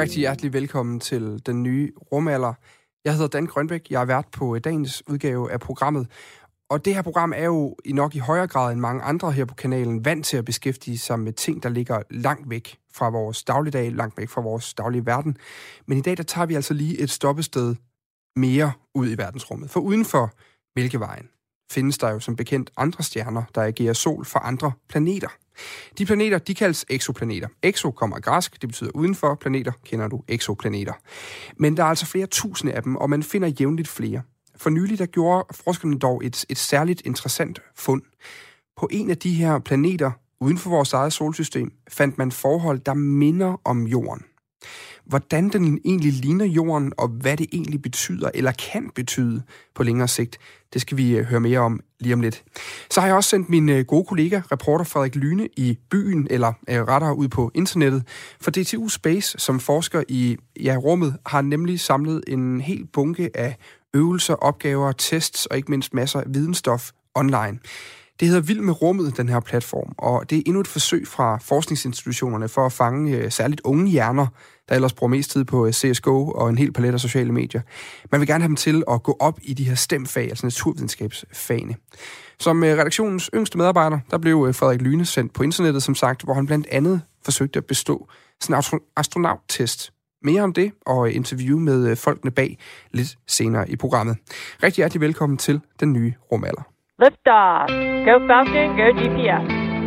Rigtig hjertelig velkommen til den nye rumalder. Jeg hedder Dan Grønbæk, jeg er vært på dagens udgave af programmet. Og det her program er jo nok i højere grad end mange andre her på kanalen vant til at beskæftige sig med ting, der ligger langt væk fra vores dagligdag, langt væk fra vores daglige verden. Men i dag, der tager vi altså lige et stoppested mere ud i verdensrummet. For uden for Mælkevejen findes der jo som bekendt andre stjerner, der agerer sol for andre planeter. De planeter, de kaldes eksoplaneter. Exo kommer af græsk, det betyder udenfor. Planeter kender du, eksoplaneter. Men der er altså flere tusinde af dem, og man finder jævnligt flere. For nylig, der gjorde forskerne dog et særligt interessant fund. På en af de her planeter, uden for vores eget solsystem, fandt man forhold, der minder om Jorden. Hvordan den egentlig ligner Jorden, og hvad det egentlig betyder, eller kan betyde på længere sigt, det skal vi høre mere om lige om lidt. Så har jeg også sendt min gode kollega, reporter Frederik Lyne, i byen, eller rettere ud på internettet. For DTU Space, som forsker i rummet, har nemlig samlet en hel bunke af øvelser, opgaver, tests og ikke mindst masser af videnstof online. Det hedder Vild med rummet, den her platform, og det er endnu et forsøg fra forskningsinstitutionerne for at fange særligt unge hjerner, der ellers bruger mest tid på CSGO og en hel palet af sociale medier. Man vil gerne have dem til at gå op i de her STEM-fag, altså naturvidenskabsfagene. Som redaktionens yngste medarbejder, der blev Frederik Lyne sendt på internettet, som sagt, hvor han blandt andet forsøgte at bestå sådan en astronauttest. Mere om det og interview med folkene bag lidt senere i programmet. Rigtig hjertelig velkommen til den nye rumalder. Liftoff. Go Falcon, go GPS.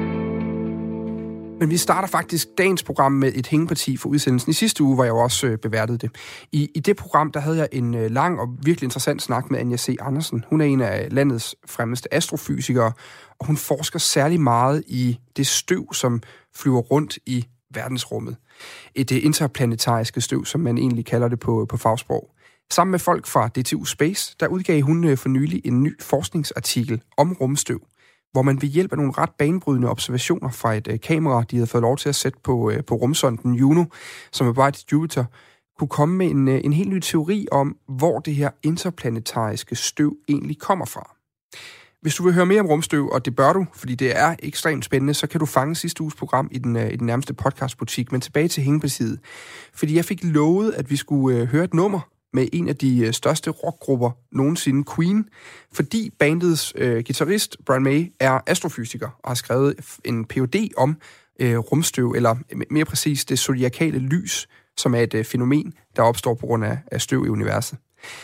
Men vi starter faktisk dagens program med et hængeparti for udsendelsen. I sidste uge var jeg jo også beværtet det. I det program, der havde jeg en lang og virkelig interessant snak med Anja C. Andersen. Hun er en af landets fremmeste astrofysikere, og hun forsker særlig meget i det støv, som flyver rundt i verdensrummet. Et interplanetariske støv, som man egentlig kalder det på fagsprog. Sammen med folk fra DTU Space, der udgav hun for nylig en ny forskningsartikel om rumstøv, hvor man ved hjælp af nogle ret banebrydende observationer fra et kamera, de havde fået lov til at sætte på rumsonden Juno, som er bare til Jupiter, kunne komme med en helt ny teori om, hvor det her interplanetariske støv egentlig kommer fra. Hvis du vil høre mere om rumstøv, og det bør du, fordi det er ekstremt spændende, så kan du fange sidste uges program i den nærmeste podcastbutik. Men tilbage til hængepartiet, fordi jeg fik lovet, at vi skulle høre et nummer med en af de største rockgrupper nogensinde, Queen, fordi bandets guitarist Brian May er astrofysiker og har skrevet en Ph.D. om rumstøv, eller mere præcis det zodiakale lys, som er et fænomen, der opstår på grund af støv i universet.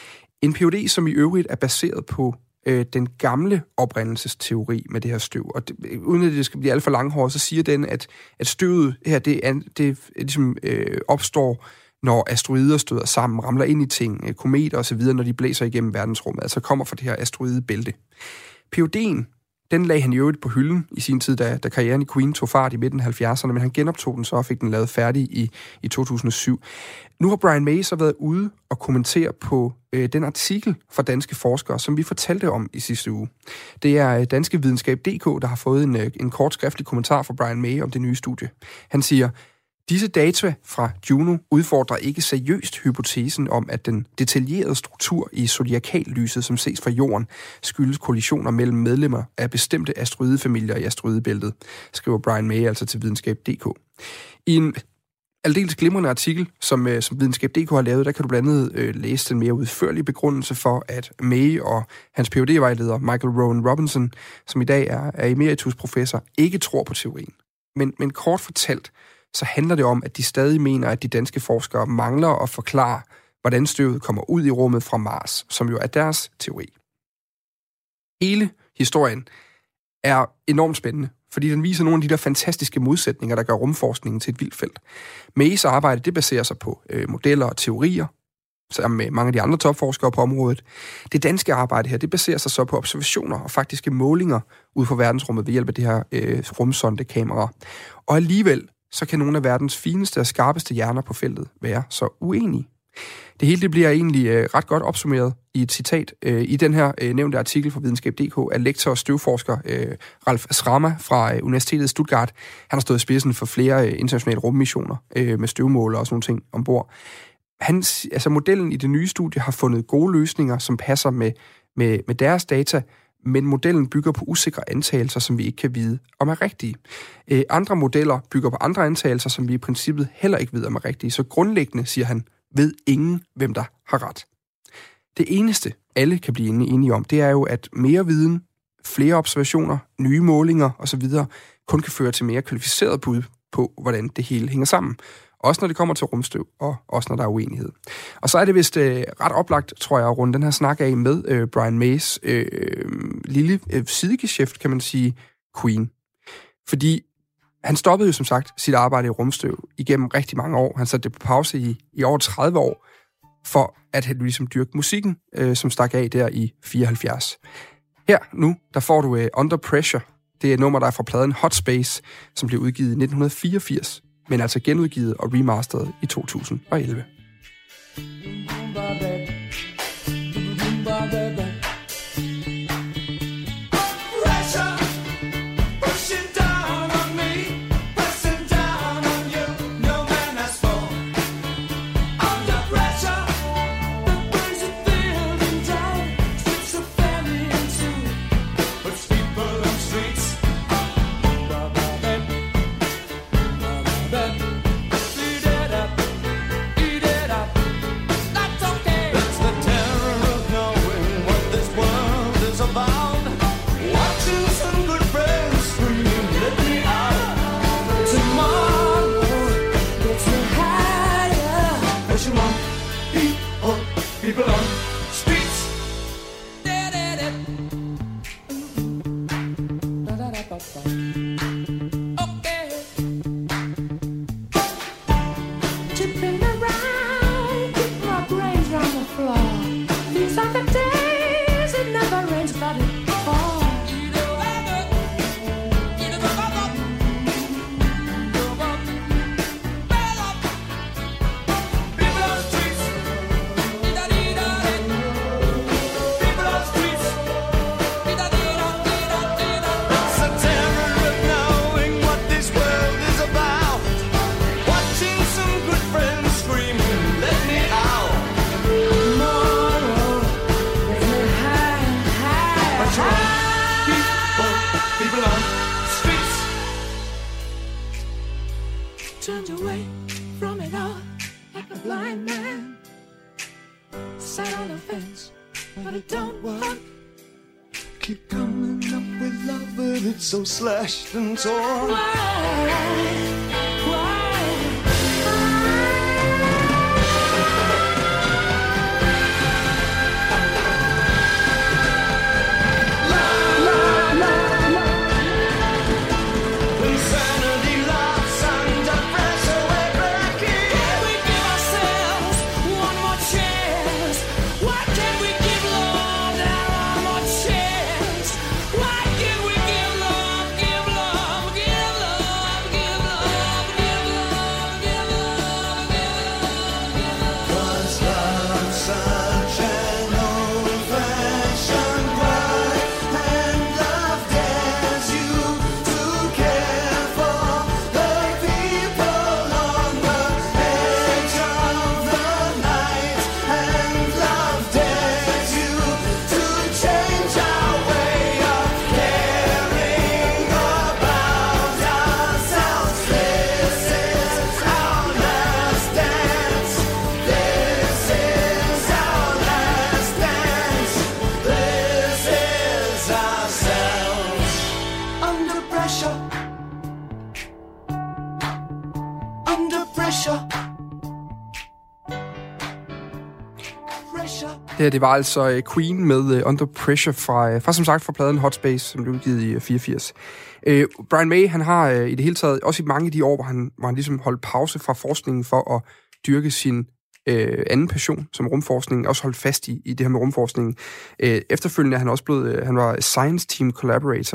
En Ph.D., som i øvrigt er baseret på den gamle oprindelsesteori med det her støv. Og uden at det skal blive alt for langhåret, så siger den, at støvet her, det ligesom opstår, når asteroider støder sammen, ramler ind i ting, kometer osv., når de blæser igennem verdensrummet, altså kommer fra det her asteroidebælte. Ph.D.'en, den lagde han i øvrigt på hylden i sin tid, da karrieren i Queen tog fart i midten af 70'erne, men han genoptog den så og fik den lavet færdig i 2007. Nu har Brian May så været ude og kommentere på den artikel fra danske forskere, som vi fortalte om i sidste uge. Det er Danske Videnskab.dk, der har fået en kort skriftlig kommentar fra Brian May om det nye studie. Han siger: disse data fra Juno udfordrer ikke seriøst hypotesen om, at den detaljerede struktur i zodiakallyset, som ses fra Jorden, skyldes kollisioner mellem medlemmer af bestemte asteroidefamilier i asteroidebæltet, skriver Brian May altså til Videnskab.dk. I en aldeles glimrende artikel, som Videnskab.dk har lavet, der kan du blandt andet læse den mere udførlige begrundelse for, at May og hans Ph.D.-vejleder Michael Rowan Robinson, som i dag er emeritusprofessor, ikke tror på teorien. Men kort fortalt, så handler det om, at de stadig mener, at de danske forskere mangler at forklare, hvordan støvet kommer ud i rummet fra Mars, som jo er deres teori. Hele historien er enormt spændende, fordi den viser nogle af de der fantastiske modsætninger, der gør rumforskningen til et vildt felt. Mays arbejde, det baserer sig på modeller og teorier, sammen med mange af de andre topforskere på området. Det danske arbejde her, det baserer sig så på observationer og faktiske målinger ud fra verdensrummet ved hjælp af det her rumsondekamera. Og alligevel så kan nogle af verdens fineste og skarpeste hjerner på feltet være så uenige. Det hele det bliver egentlig ret godt opsummeret i et citat i den her nævnte artikel fra Videnskab.dk af lektor og støvforsker Ralf Schramma fra Universitetet i Stuttgart. Han har stået i spidsen for flere internationale rummissioner med støvmåler og sådan nogle ting ombord. Modellen i det nye studie har fundet gode løsninger, som passer med deres data, men modellen bygger på usikre antagelser, som vi ikke kan vide, om er rigtige. Andre modeller bygger på andre antagelser, som vi i princippet heller ikke ved, om er rigtige. Så grundlæggende, siger han, ved ingen, hvem der har ret. Det eneste, alle kan blive enige om, det er jo, at mere viden, flere observationer, nye målinger osv. kun kan føre til mere kvalificeret bud på, hvordan det hele hænger sammen. Også når det kommer til rumstøv, og også når der er uenighed. Og så er det vist ret oplagt, tror jeg, at runde den her snak af med Brian Mays lille sidegeschæft, kan man sige, Queen. Fordi han stoppede jo som sagt sit arbejde i rumstøv igennem rigtig mange år. Han satte det på pause i over 30 år, for at han ligesom dyrke musikken, som stak af der i 74. Her nu, der får du Under Pressure. Det er et nummer, der er fra pladen Hot Space, som blev udgivet i 1984, men altså genudgivet og remasteret i 2011. So slashed and torn. Det var altså Queen med Under Pressure fra som sagt fra pladen Hot Space, som blev udgivet i 84. Brian May, han har i det hele taget, også i mange af de år, hvor han ligesom holdt pause fra forskningen for at dyrke sin anden passion som rumforskning, også holdt fast i det her med rumforskningen. Efterfølgende er han også blevet, han var Science Team Collaborator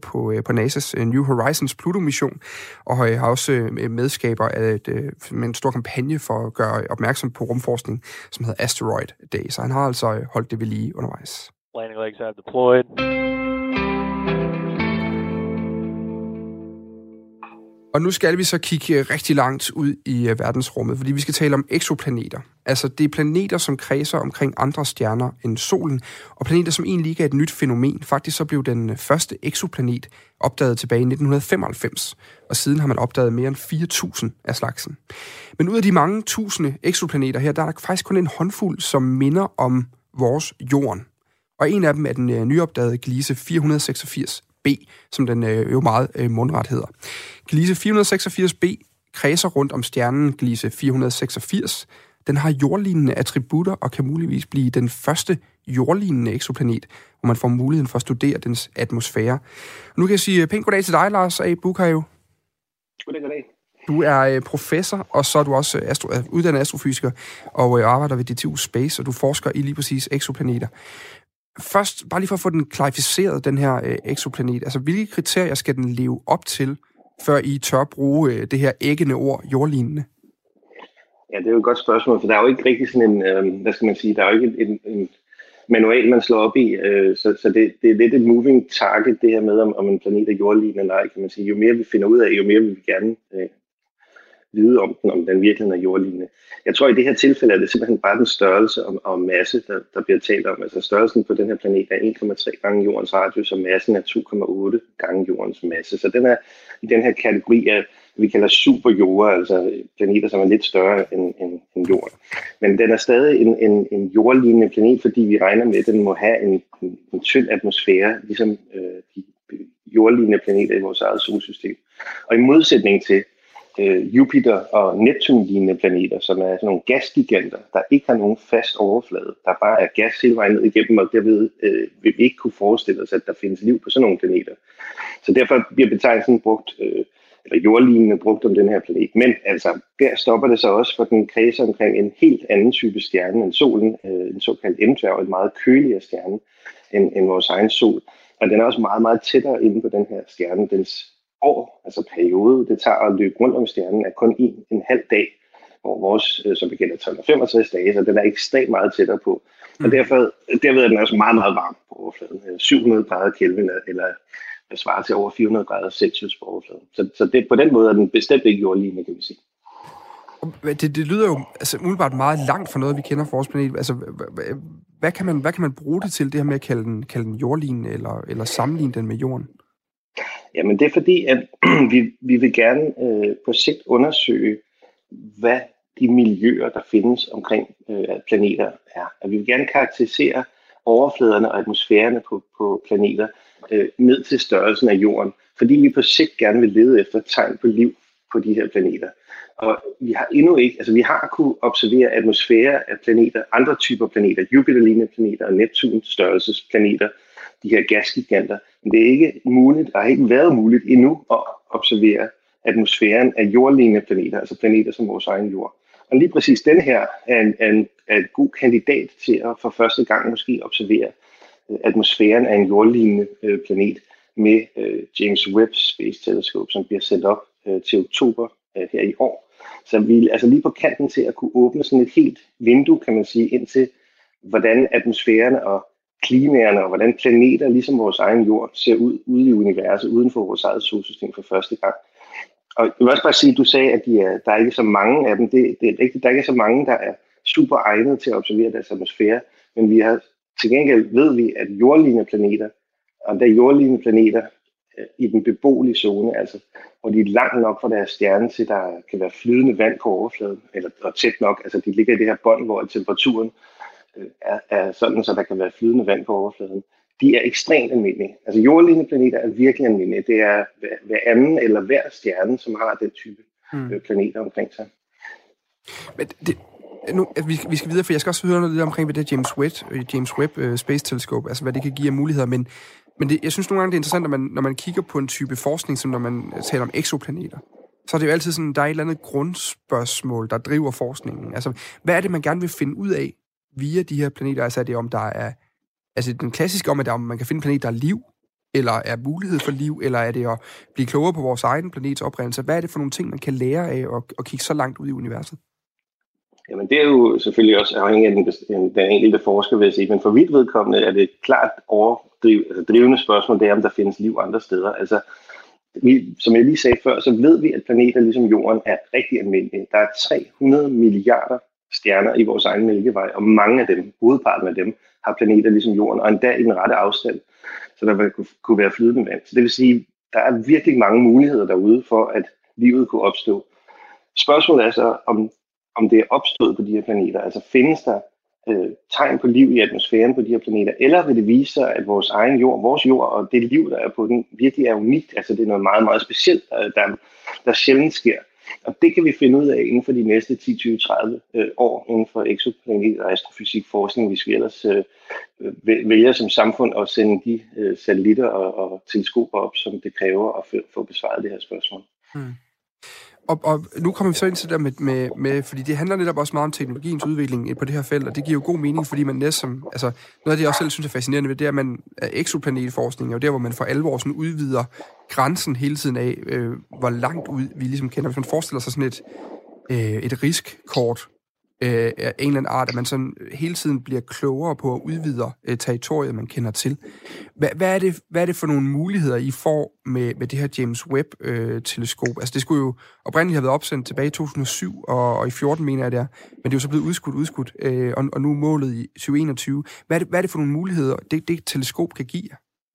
på NASA's New Horizons Pluto-mission, og har også medskaber af med en stor kampagne for at gøre opmærksom på rumforskning, som hedder Asteroid Day. Så han har altså holdt det ved lige undervejs. Landing legs have deployed. Og nu skal vi så kigge rigtig langt ud i verdensrummet, fordi vi skal tale om eksoplaneter. Altså det er planeter, som kredser omkring andre stjerner end solen, og planeter, som egentlig ikke er et nyt fænomen. Faktisk så blev den første eksoplanet opdaget tilbage i 1995, og siden har man opdaget mere end 4.000 af slagsen. Men ud af de mange tusinde eksoplaneter her, der er der faktisk kun en håndfuld, som minder om vores Jorden. Og en af dem er den nyopdagede Gliese 486b, som den jo meget mundret hedder. Gliese 486b kredser rundt om stjernen Gliese 486. Den har jordlignende attributter og kan muligvis blive den første jordlignende eksoplanet, hvor man får muligheden for at studere dens atmosfære. Og nu kan jeg sige pænt goddag til dig, Lars A. Bukhari. Goddag. Du er professor, og så er du også uddannet astrofysiker og arbejder ved DTU Space, og du forsker i lige præcis eksoplaneter. Først, bare lige for at få den klarificeret, den her eksoplanet, altså hvilke kriterier skal den leve op til, før I tør bruge det her æggende ord, jordlignende? Ja, det er jo et godt spørgsmål, for der er jo ikke rigtig sådan en, hvad skal man sige, der er jo ikke en manual, man slår op i, så det er lidt et moving target, det her med, om en planet er jordlignende eller ej, kan man sige. Jo mere vi finder ud af, jo mere vil vi gerne vide om den virkelig er jordlignende. Jeg tror, i det her tilfælde er det simpelthen bare den størrelse og masse, der bliver talt om. Altså størrelsen på den her planet er 1,3 gange jordens radius, og massen er 2,8 gange jordens masse. Så den er i den her kategori af, vi kalder superjorder, altså planeter, som er lidt større end jorden. Men den er stadig en jordlignende planet, fordi vi regner med, at den må have en tynd atmosfære, ligesom de jordlignende planeter i vores eget solsystem. Og i modsætning til Jupiter og Neptun-lignende planeter, som er sådan nogle gasgiganter, der ikke har nogen fast overflade, der bare er gas hele vejen ned igennem, og derved vil vi ikke kunne forestille os, at der findes liv på sådan nogle planeter. Så derfor bliver betegnelsen brugt, eller jordlignende brugt om den her planet. Men altså, der stopper det så også, for den kredser omkring en helt anden type stjerne end solen, en såkaldt M-dværg, en meget køligere stjerne end vores egen sol. Og den er også meget, meget tættere inde på den her stjerne. Dens år, altså periode, det tager at løbe rundt om stjernen, er kun en halv dag, hvor vores, som bekendt, er 365 dage, så den er ekstremt meget tættere på. Og derved er den også meget, meget varm på overfladen. 700 grader Kelvin, eller svarer til over 400 grader Celsius på overfladen. Så det, på den måde er den bestemt ikke jordlignende, kan vi sige. Det lyder jo altså umiddelbart meget langt fra noget, vi kender fra vores planet. Altså, hvad kan man bruge det til, det her med at kalde den jordlignende, eller sammenligne den med jorden? Jamen det er fordi, at vi vil gerne på sigt undersøge, hvad de miljøer, der findes omkring planeter er. At vi vil gerne karakterisere overfladerne og atmosfærerne på planeter ned til størrelsen af jorden, fordi vi på sigt gerne vil lede efter tegn på liv på de her planeter. Og vi har endnu ikke, altså vi har kunnet observere atmosfærer af planeter, andre typer planeter, Jupiter-lignende planeter og Neptun-størrelsesplaneter, de her gasgiganter. Men det er ikke muligt, og har ikke været muligt endnu at observere atmosfæren af jordlignende planeter, altså planeter som vores egen jord. Og lige præcis den her er en god kandidat til at for første gang måske observere atmosfæren af en jordlignende planet med James Webb Space Telescope, som bliver sendt op til oktober her i år. Så vi er altså lige på kanten til at kunne åbne sådan et helt vindue, kan man sige, ind til, hvordan atmosfærerne og klimaerne og hvordan planeter, ligesom vores egen jord, ser ud ude i universet, uden for vores eget solsystem for første gang. Og jeg vil også bare sige, at du sagde, at der er ikke så mange af dem. Det er rigtigt, der er ikke så mange, der er super egnet til at observere deres atmosfære, men vi har til gengæld ved vi, at jordlignende planeter, og der er jordlignende planeter i den beboelige zone, altså hvor de er langt nok fra deres stjerne til, der kan være flydende vand på overfladen, eller tæt nok, altså de ligger i det her bånd, hvor temperaturen er sådan, så der kan være flydende vand på overfladen. De er ekstremt almindelige. Altså jordlignende planeter er virkelig almindelige. Det er hver anden eller hver stjerne, som har den type planeter omkring sig. Men nu, vi skal videre, for jeg skal også høre noget lidt omkring, hvad det James Webb Space Telescope, altså hvad det kan give af muligheder, men jeg synes nogle gange, det er interessant, når man kigger på en type forskning, som når man taler om eksoplaneter, så er det jo altid sådan, der er et eller andet grundspørgsmål, der driver forskningen. Altså, hvad er det, man gerne vil finde ud af via de her planeter? Altså, er det om der er, altså den klassiske om, at man kan finde en planet, der er liv, eller er mulighed for liv, eller er det at blive klogere på vores egen planets oprindelse? Hvad er det for nogle ting, man kan lære af at kigge så langt ud i universet? Jamen, det er jo selvfølgelig også afhængigt af den enkelte forsker, vil jeg sige. Men for mit vedkommende er det klart drivende spørgsmål, det er, om der findes liv andre steder. Altså, som jeg lige sagde før, så ved vi, at planeter ligesom Jorden er rigtig almindelige. Der er 300 milliarder stjerner i vores egen mælkevej, og mange af dem, hovedparten af dem, har planeter ligesom Jorden, og endda i den rette afstand, så der kunne være flydende vand. Så det vil sige, der er virkelig mange muligheder derude for, at livet kunne opstå. Spørgsmålet er så, om det er opstået på de her planeter. Altså findes der tegn på liv i atmosfæren på de her planeter, eller vil det vise sig, at vores egen jord, vores jord og det liv, der er på den, virkelig er unikt. Altså det er noget meget, meget specielt, der sjældent sker. Og det kan vi finde ud af inden for de næste 10, 20, 30 år inden for eksoplanet og astrofysikforskning, hvis vi ellers vælger som samfund at sende de satellitter og teleskoper op, som det kræver at få besvaret det her spørgsmål. Mm. Og nu kommer vi så ind til det der med, fordi det handler netop også meget om teknologiens udvikling på det her felt, og det giver jo god mening, fordi man næsten, altså noget af det, jeg også selv synes er fascinerende ved, det er, at man exoplanetforskning er jo der, hvor man for alvor sådan udvider grænsen hele tiden af, hvor langt ud vi ligesom kender. Hvis man forestiller sig sådan et riskkort af en eller anden art, at man sådan hele tiden bliver klogere på at udvide territoriet, man kender til. Hvad er det for nogle muligheder, I får med det her James Webb-teleskop? Altså det skulle jo oprindeligt have været opsendt tilbage i 2007, og i 14 mener jeg det er, men det er jo så blevet udskudt, og nu målet i 2021. Hvad er det for nogle muligheder, det teleskop kan give jer?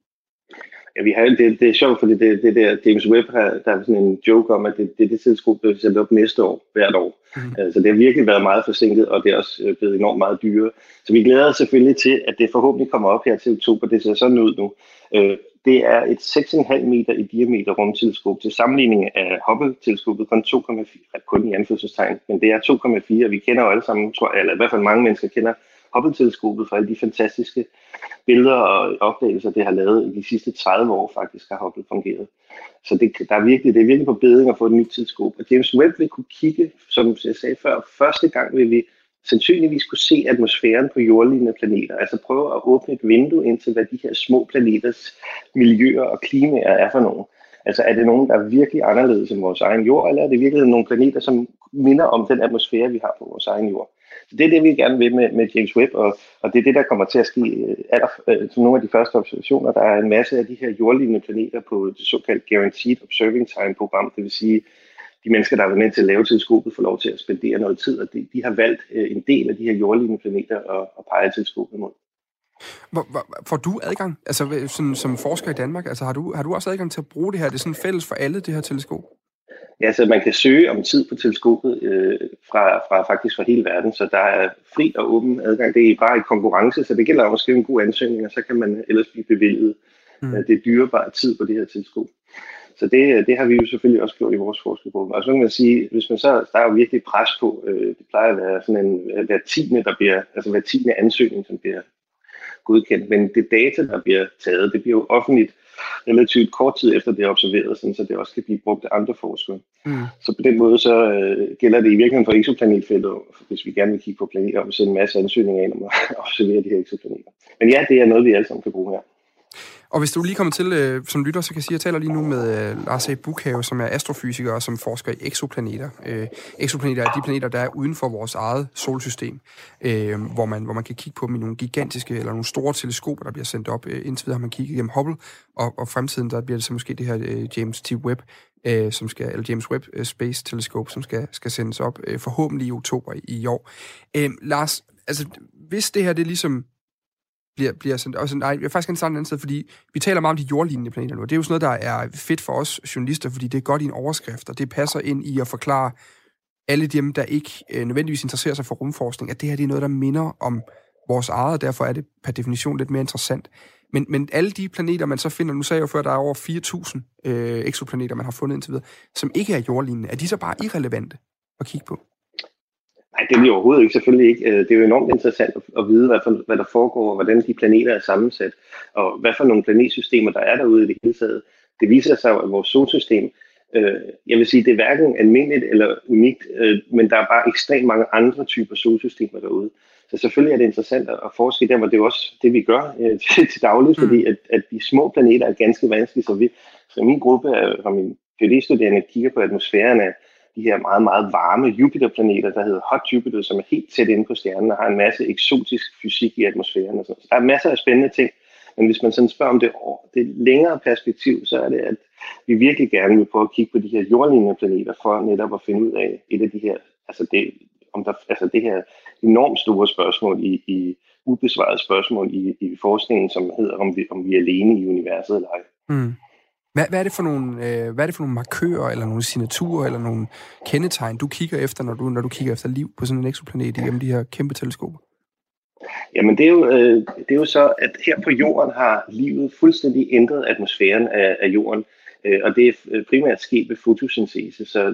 Ja, det er sjovt, fordi det der James Webb der er sådan en joke om, at det teleskop bliver sendt op næste år, hvert år. Så det har virkelig været meget forsinket, og det er også blevet enormt meget dyrere. Så vi glæder os selvfølgelig til, at det forhåbentlig kommer op her til oktober. Det ser sådan ud nu. Det er et 6,5 meter i diameter rumteleskop til sammenligning af Hubble-teleskopet, kun i anførselstegn, men det er 2,4, og vi kender jo alle sammen, tror jeg, eller i hvert fald mange mennesker kender Hubble-teleskopet for alle de fantastiske billeder og opdagelser, det har lavet i de sidste 30 år faktisk, har Hubble fungeret. Så det er virkelig på bedring at få et nyt teleskop. Og James Webb vil kunne kigge, som jeg sagde før, første gang vil vi sandsynligvis kunne se atmosfæren på jordlignende planeter. Altså prøve at åbne et vindue ind til, hvad de her små planeters miljøer og klimaer er for nogen. Altså er det nogen, der er virkelig anderledes end vores egen jord, eller er det virkelig nogle planeter, som minder om den atmosfære, vi har på vores egen jord? Så det er det, vi gerne vil med James Webb, og det er det, der kommer til at ske som nogle af de første observationer. Der er en masse af de her jordlignende planeter på det såkaldte Guaranteed Observing Time-program, det vil sige, de mennesker, der har været med til at lave teleskopet, får lov til at spendere noget tid, og de har valgt en del af de her jordlignende planeter og pege teleskopet mod. Får du adgang, altså som forsker i Danmark, altså har du også adgang til at bruge det her? Det er sådan fælles for alle, det her teleskop? Ja, så man kan søge om tid på teleskopet faktisk fra hele verden, så der er fri og åben adgang. Det er bare i konkurrence, så det gælder om at skrive en god ansøgning, og så kan man ellers blive bevilget det dyrebare tid på det her teleskop. Så det har vi jo selvfølgelig også gjort i vores forskergruppe. Og så kan man sige, hvis man så, der er jo virkelig pres på, det plejer at være sådan hver tiende ansøgning, som bliver godkendt. Men det data, der bliver taget, det bliver jo offentligt relativt kort tid efter det er observeret, sådan, så det også kan blive brugt af andre forskere. Så på den måde så gælder det i virkeligheden for exoplanetfeltet, hvis vi gerne vil kigge på planeter, og sende en masse ansøgninger ind om at observere de her exoplaneter. Men ja, det er noget, vi alle sammen kan bruge her. Og hvis du lige kommer til som lytter, så kan jeg sige, at jeg taler lige nu med Lars A. Bukhave, som er astrofysiker og som forsker i exoplaneter. Exoplaneter er de planeter, der er uden for vores eget solsystem, hvor man kan kigge på dem i nogle gigantiske eller nogle store teleskoper, der bliver sendt op. Indtil videre har man kigget gennem Hubble, og fremtiden der bliver det så måske det her James Webb Space Telescope, som skal sendes op forhåbentlig i oktober i år. Lars, altså hvis det her det ligesom bliver sendt også. Nej, jeg vil faktisk gerne starte en anden sted, fordi vi taler meget om de jordlignende planeter nu. Det er jo sådan noget, der er fedt for os journalister, fordi det er godt i en overskrift, og det passer ind i at forklare alle dem, der ikke nødvendigvis interesserer sig for rumforskning, at det her det er noget, der minder om vores eget, og derfor er det per definition lidt mere interessant. Men alle de planeter, man så finder, nu sagde jeg jo før, der er over 4.000 exoplaneter, man har fundet indtil videre, som ikke er jordlignende, er de så bare irrelevante at kigge på? Nej, det er de overhovedet ikke, selvfølgelig ikke. Det er jo enormt interessant at vide, hvad der foregår, og hvordan de planeter er sammensat, og hvad for nogle planetsystemer, der er derude i det hele taget. Det viser sig jo, at vores solsystem, jeg vil sige, det er hverken almindeligt eller unikt, men der er bare ekstremt mange andre typer solsystemer derude. Så selvfølgelig er det interessant at forske der, hvor det er jo også det, vi gør til dagligt, fordi at de små planeter er ganske vanskelige. Så min gruppe og min PhD-studerende kigger på atmosfæren af de her meget, meget varme Jupiter-planeter, der hedder Hot Jupiter, som er helt tæt inde på stjernen og har en masse eksotisk fysik i atmosfæren. Og så der er masser af spændende ting, Men hvis man sådan spørger om det længere perspektiv, så er det, at vi virkelig gerne vil prøve at kigge på de her jordlignende planeter, for netop at finde ud af et af de her, det her enormt store spørgsmål i ubesvarede spørgsmål i forskningen, som hedder, om vi er alene i universet eller ej. Mm. Hvad er det for nogle markører, eller nogle signaturer, eller nogle kendetegn, du kigger efter, når du kigger efter liv på sådan en eksoplanet igennem de her kæmpe teleskoper? Jamen det er jo så, at her på jorden har livet fuldstændig ændret atmosfæren af jorden, og det er primært sket ved fotosyntese. Så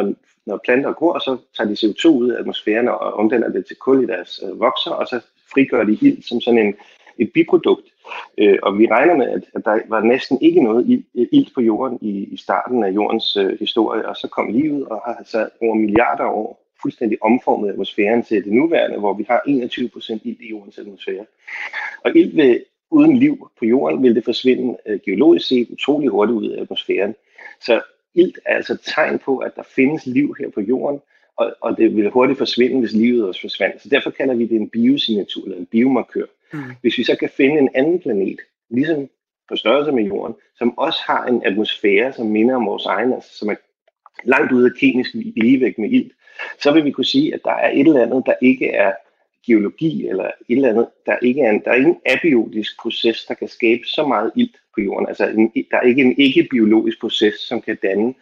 når planter gror, så tager de CO2 ud af atmosfæren og omdanner det til kul i deres vokser, og så frigør de ilt som sådan et biprodukt. Og vi regner med, at der var næsten ikke noget ilt på jorden i starten af jordens historie, og så kom livet og har så over milliarder af år fuldstændig omformet atmosfæren til det nuværende, hvor vi har 21% ilt i jordens atmosfære. Og ilt uden liv på jorden vil det forsvinde geologisk set utrolig hurtigt ud af atmosfæren. Så ilt er altså et tegn på, at der findes liv her på jorden, og det vil hurtigt forsvinde, hvis livet også forsvandt. Så derfor kalder vi det en biosignatur eller en biomarkør. Hvis vi så kan finde en anden planet, ligesom på størrelse med jorden, som også har en atmosfære, som minder om vores egen, altså som er langt ude af kemisk ligevægt med ilt, så vil vi kunne sige, at der er et eller andet, der ikke er geologi, eller et eller andet, der er ingen abiotisk proces, der kan skabe så meget ilt på jorden. Altså der er ikke en ikke-biologisk proces, som kan danne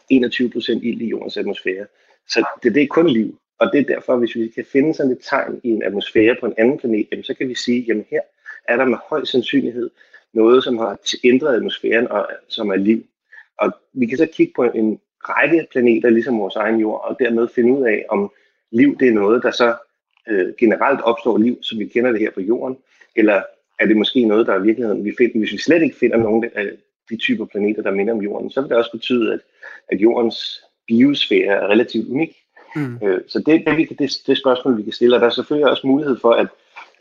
21% ilt i jordens atmosfære. Så det er kun liv. Og det er derfor, hvis vi kan finde sådan et tegn i en atmosfære på en anden planet, jamen, så kan vi sige, jamen her er der med høj sandsynlighed noget, som har ændret atmosfæren, og som er liv. Og vi kan så kigge på en række planeter, ligesom vores egen jord, og dermed finde ud af, om liv det er noget, der så generelt opstår liv, som vi kender det her på jorden, eller er det måske noget, der i virkeligheden, hvis vi slet ikke finder nogen af de typer planeter, der minder om jorden, så vil det også betyde, at jordens biosfære er relativt unik. Så det er spørgsmål, vi kan stille, og der er selvfølgelig også mulighed for, at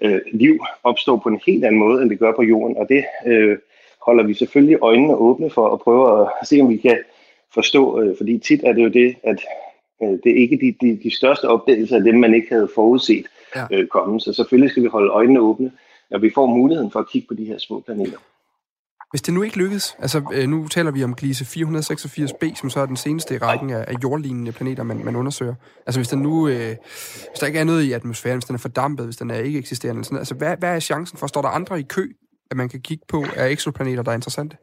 liv opstår på en helt anden måde, end det gør på jorden, og det holder vi selvfølgelig øjnene åbne for at prøve at se, om vi kan forstå, fordi tit er det jo det, at det er ikke de største opdagelser af dem, man ikke havde forudset komme, så selvfølgelig skal vi holde øjnene åbne, når vi får muligheden for at kigge på de her små planeter. Hvis det nu ikke lykkes, altså nu taler vi om Gliese 486b, som så er den seneste i rækken af jordlignende planeter, man undersøger. Altså hvis der ikke er noget i atmosfæren, hvis den er fordampet, hvis den er ikke eksisterende, sådan, altså hvad er chancen for, står der andre i kø, at man kan kigge på af eksoplaneter, der er interessante?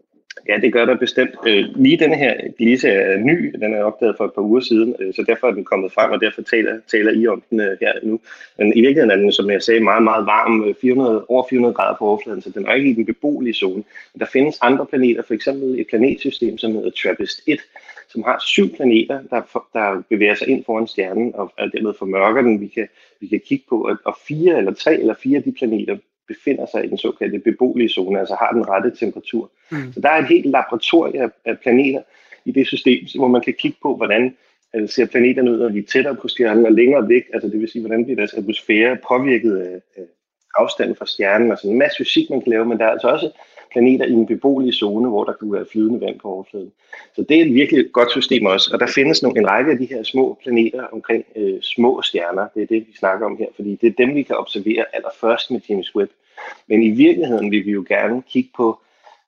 Ja, det gør der bestemt. Lige denne her Gliese er ny, den er opdaget for et par uger siden, så derfor er den kommet frem, og derfor taler I om den her nu. Men i virkeligheden er den, som jeg sagde, meget, meget varm, over 400 grader på overfladen, så den er ikke i den beboelige zone. Men der findes andre planeter, for eksempel et planetsystem, som hedder TRAPPIST-1, som har 7 planeter, der bevæger sig ind foran stjernen, og dermed formørker den. Vi kan kigge på, og 3 eller 4 af de planeter befinder sig i den såkaldte beboelige zone, altså har den rette temperatur. Så der er et helt laboratorie af planeter i det system, hvor man kan kigge på, hvordan ser planeterne ud, når de er tættere på stjernen og længere væk, altså det vil sige, hvordan bliver deres atmosfære påvirket af afstanden fra stjernen, og sådan en masse fysik, man kan lave, men der er altså også planeter i en beboelig zone, hvor der kan være flydende vand på overfladen. Så det er et virkelig godt system også, og der findes en række af de her små planeter omkring små stjerner, det er det, vi snakker om her, fordi det er dem, vi kan observere allerførst med James Webb. Men i virkeligheden vil vi jo gerne kigge på,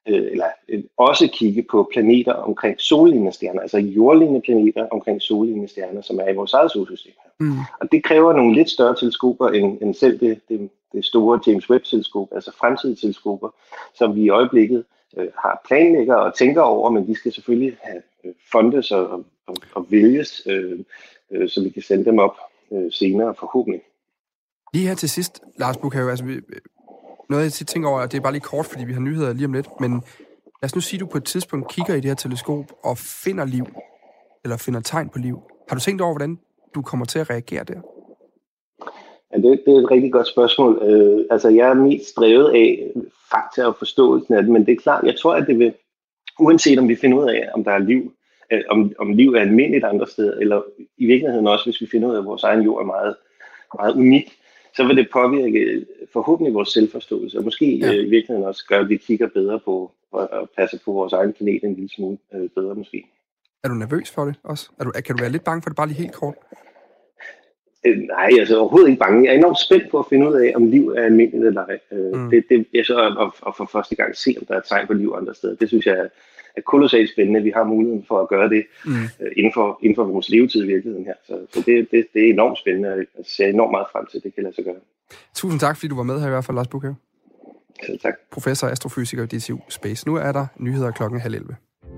også kigge på planeter omkring sollignende stjerner, altså jordlignende planeter omkring sollignende stjerner, som er i vores eget solsystem. Og det kræver nogle lidt større teleskoper end selv det store James Webb-teleskop, altså fremtidige teleskoper, som vi i øjeblikket har planlægger og tænker over, men de skal selvfølgelig have fundes og vælges, så vi kan sende dem op senere forhåbentlig. Lige her til sidst, Lars Bukhav, altså noget jeg tænker over, og det er bare lige kort, fordi vi har nyheder lige om lidt, men lad os nu sige, at du på et tidspunkt kigger i det her teleskop og finder liv, eller finder tegn på liv. Har du tænkt over, hvordan du kommer til at reagere der? Ja, det er et rigtig godt spørgsmål. Altså, jeg er mest drevet af fakta og forståelsen af det, men det er klart, jeg tror, at det vil, uanset om vi finder ud af, om der er liv, om liv er almindeligt andre steder, eller i virkeligheden også, hvis vi finder ud af, at vores egen jord er meget, meget unik, så vil det påvirke forhåbentlig vores selvforståelse, og måske i virkeligheden også gøre, at vi kigger bedre på og passer på vores egen planet en lille smule bedre måske. Er du nervøs for det også? Kan du være lidt bange for det, bare lige helt kort? Nej, altså overhovedet ikke bange. Jeg er enormt spændt på at finde ud af, om liv er almindeligt eller ej. Jeg så at for første gang se, om der er tegn på liv andre steder. Det synes jeg er kolossalt spændende. Vi har muligheden for at gøre det inden for vores levetid i virkeligheden her. Så det er enormt spændende, og jeg ser enormt meget frem til, at det kan lade sig gøre. Tusind tak, fordi du var med her i hvert fald, Lars Bukhave. Selv tak. Professor og astrofysiker i DTU Space. Nu er der nyheder 11:30.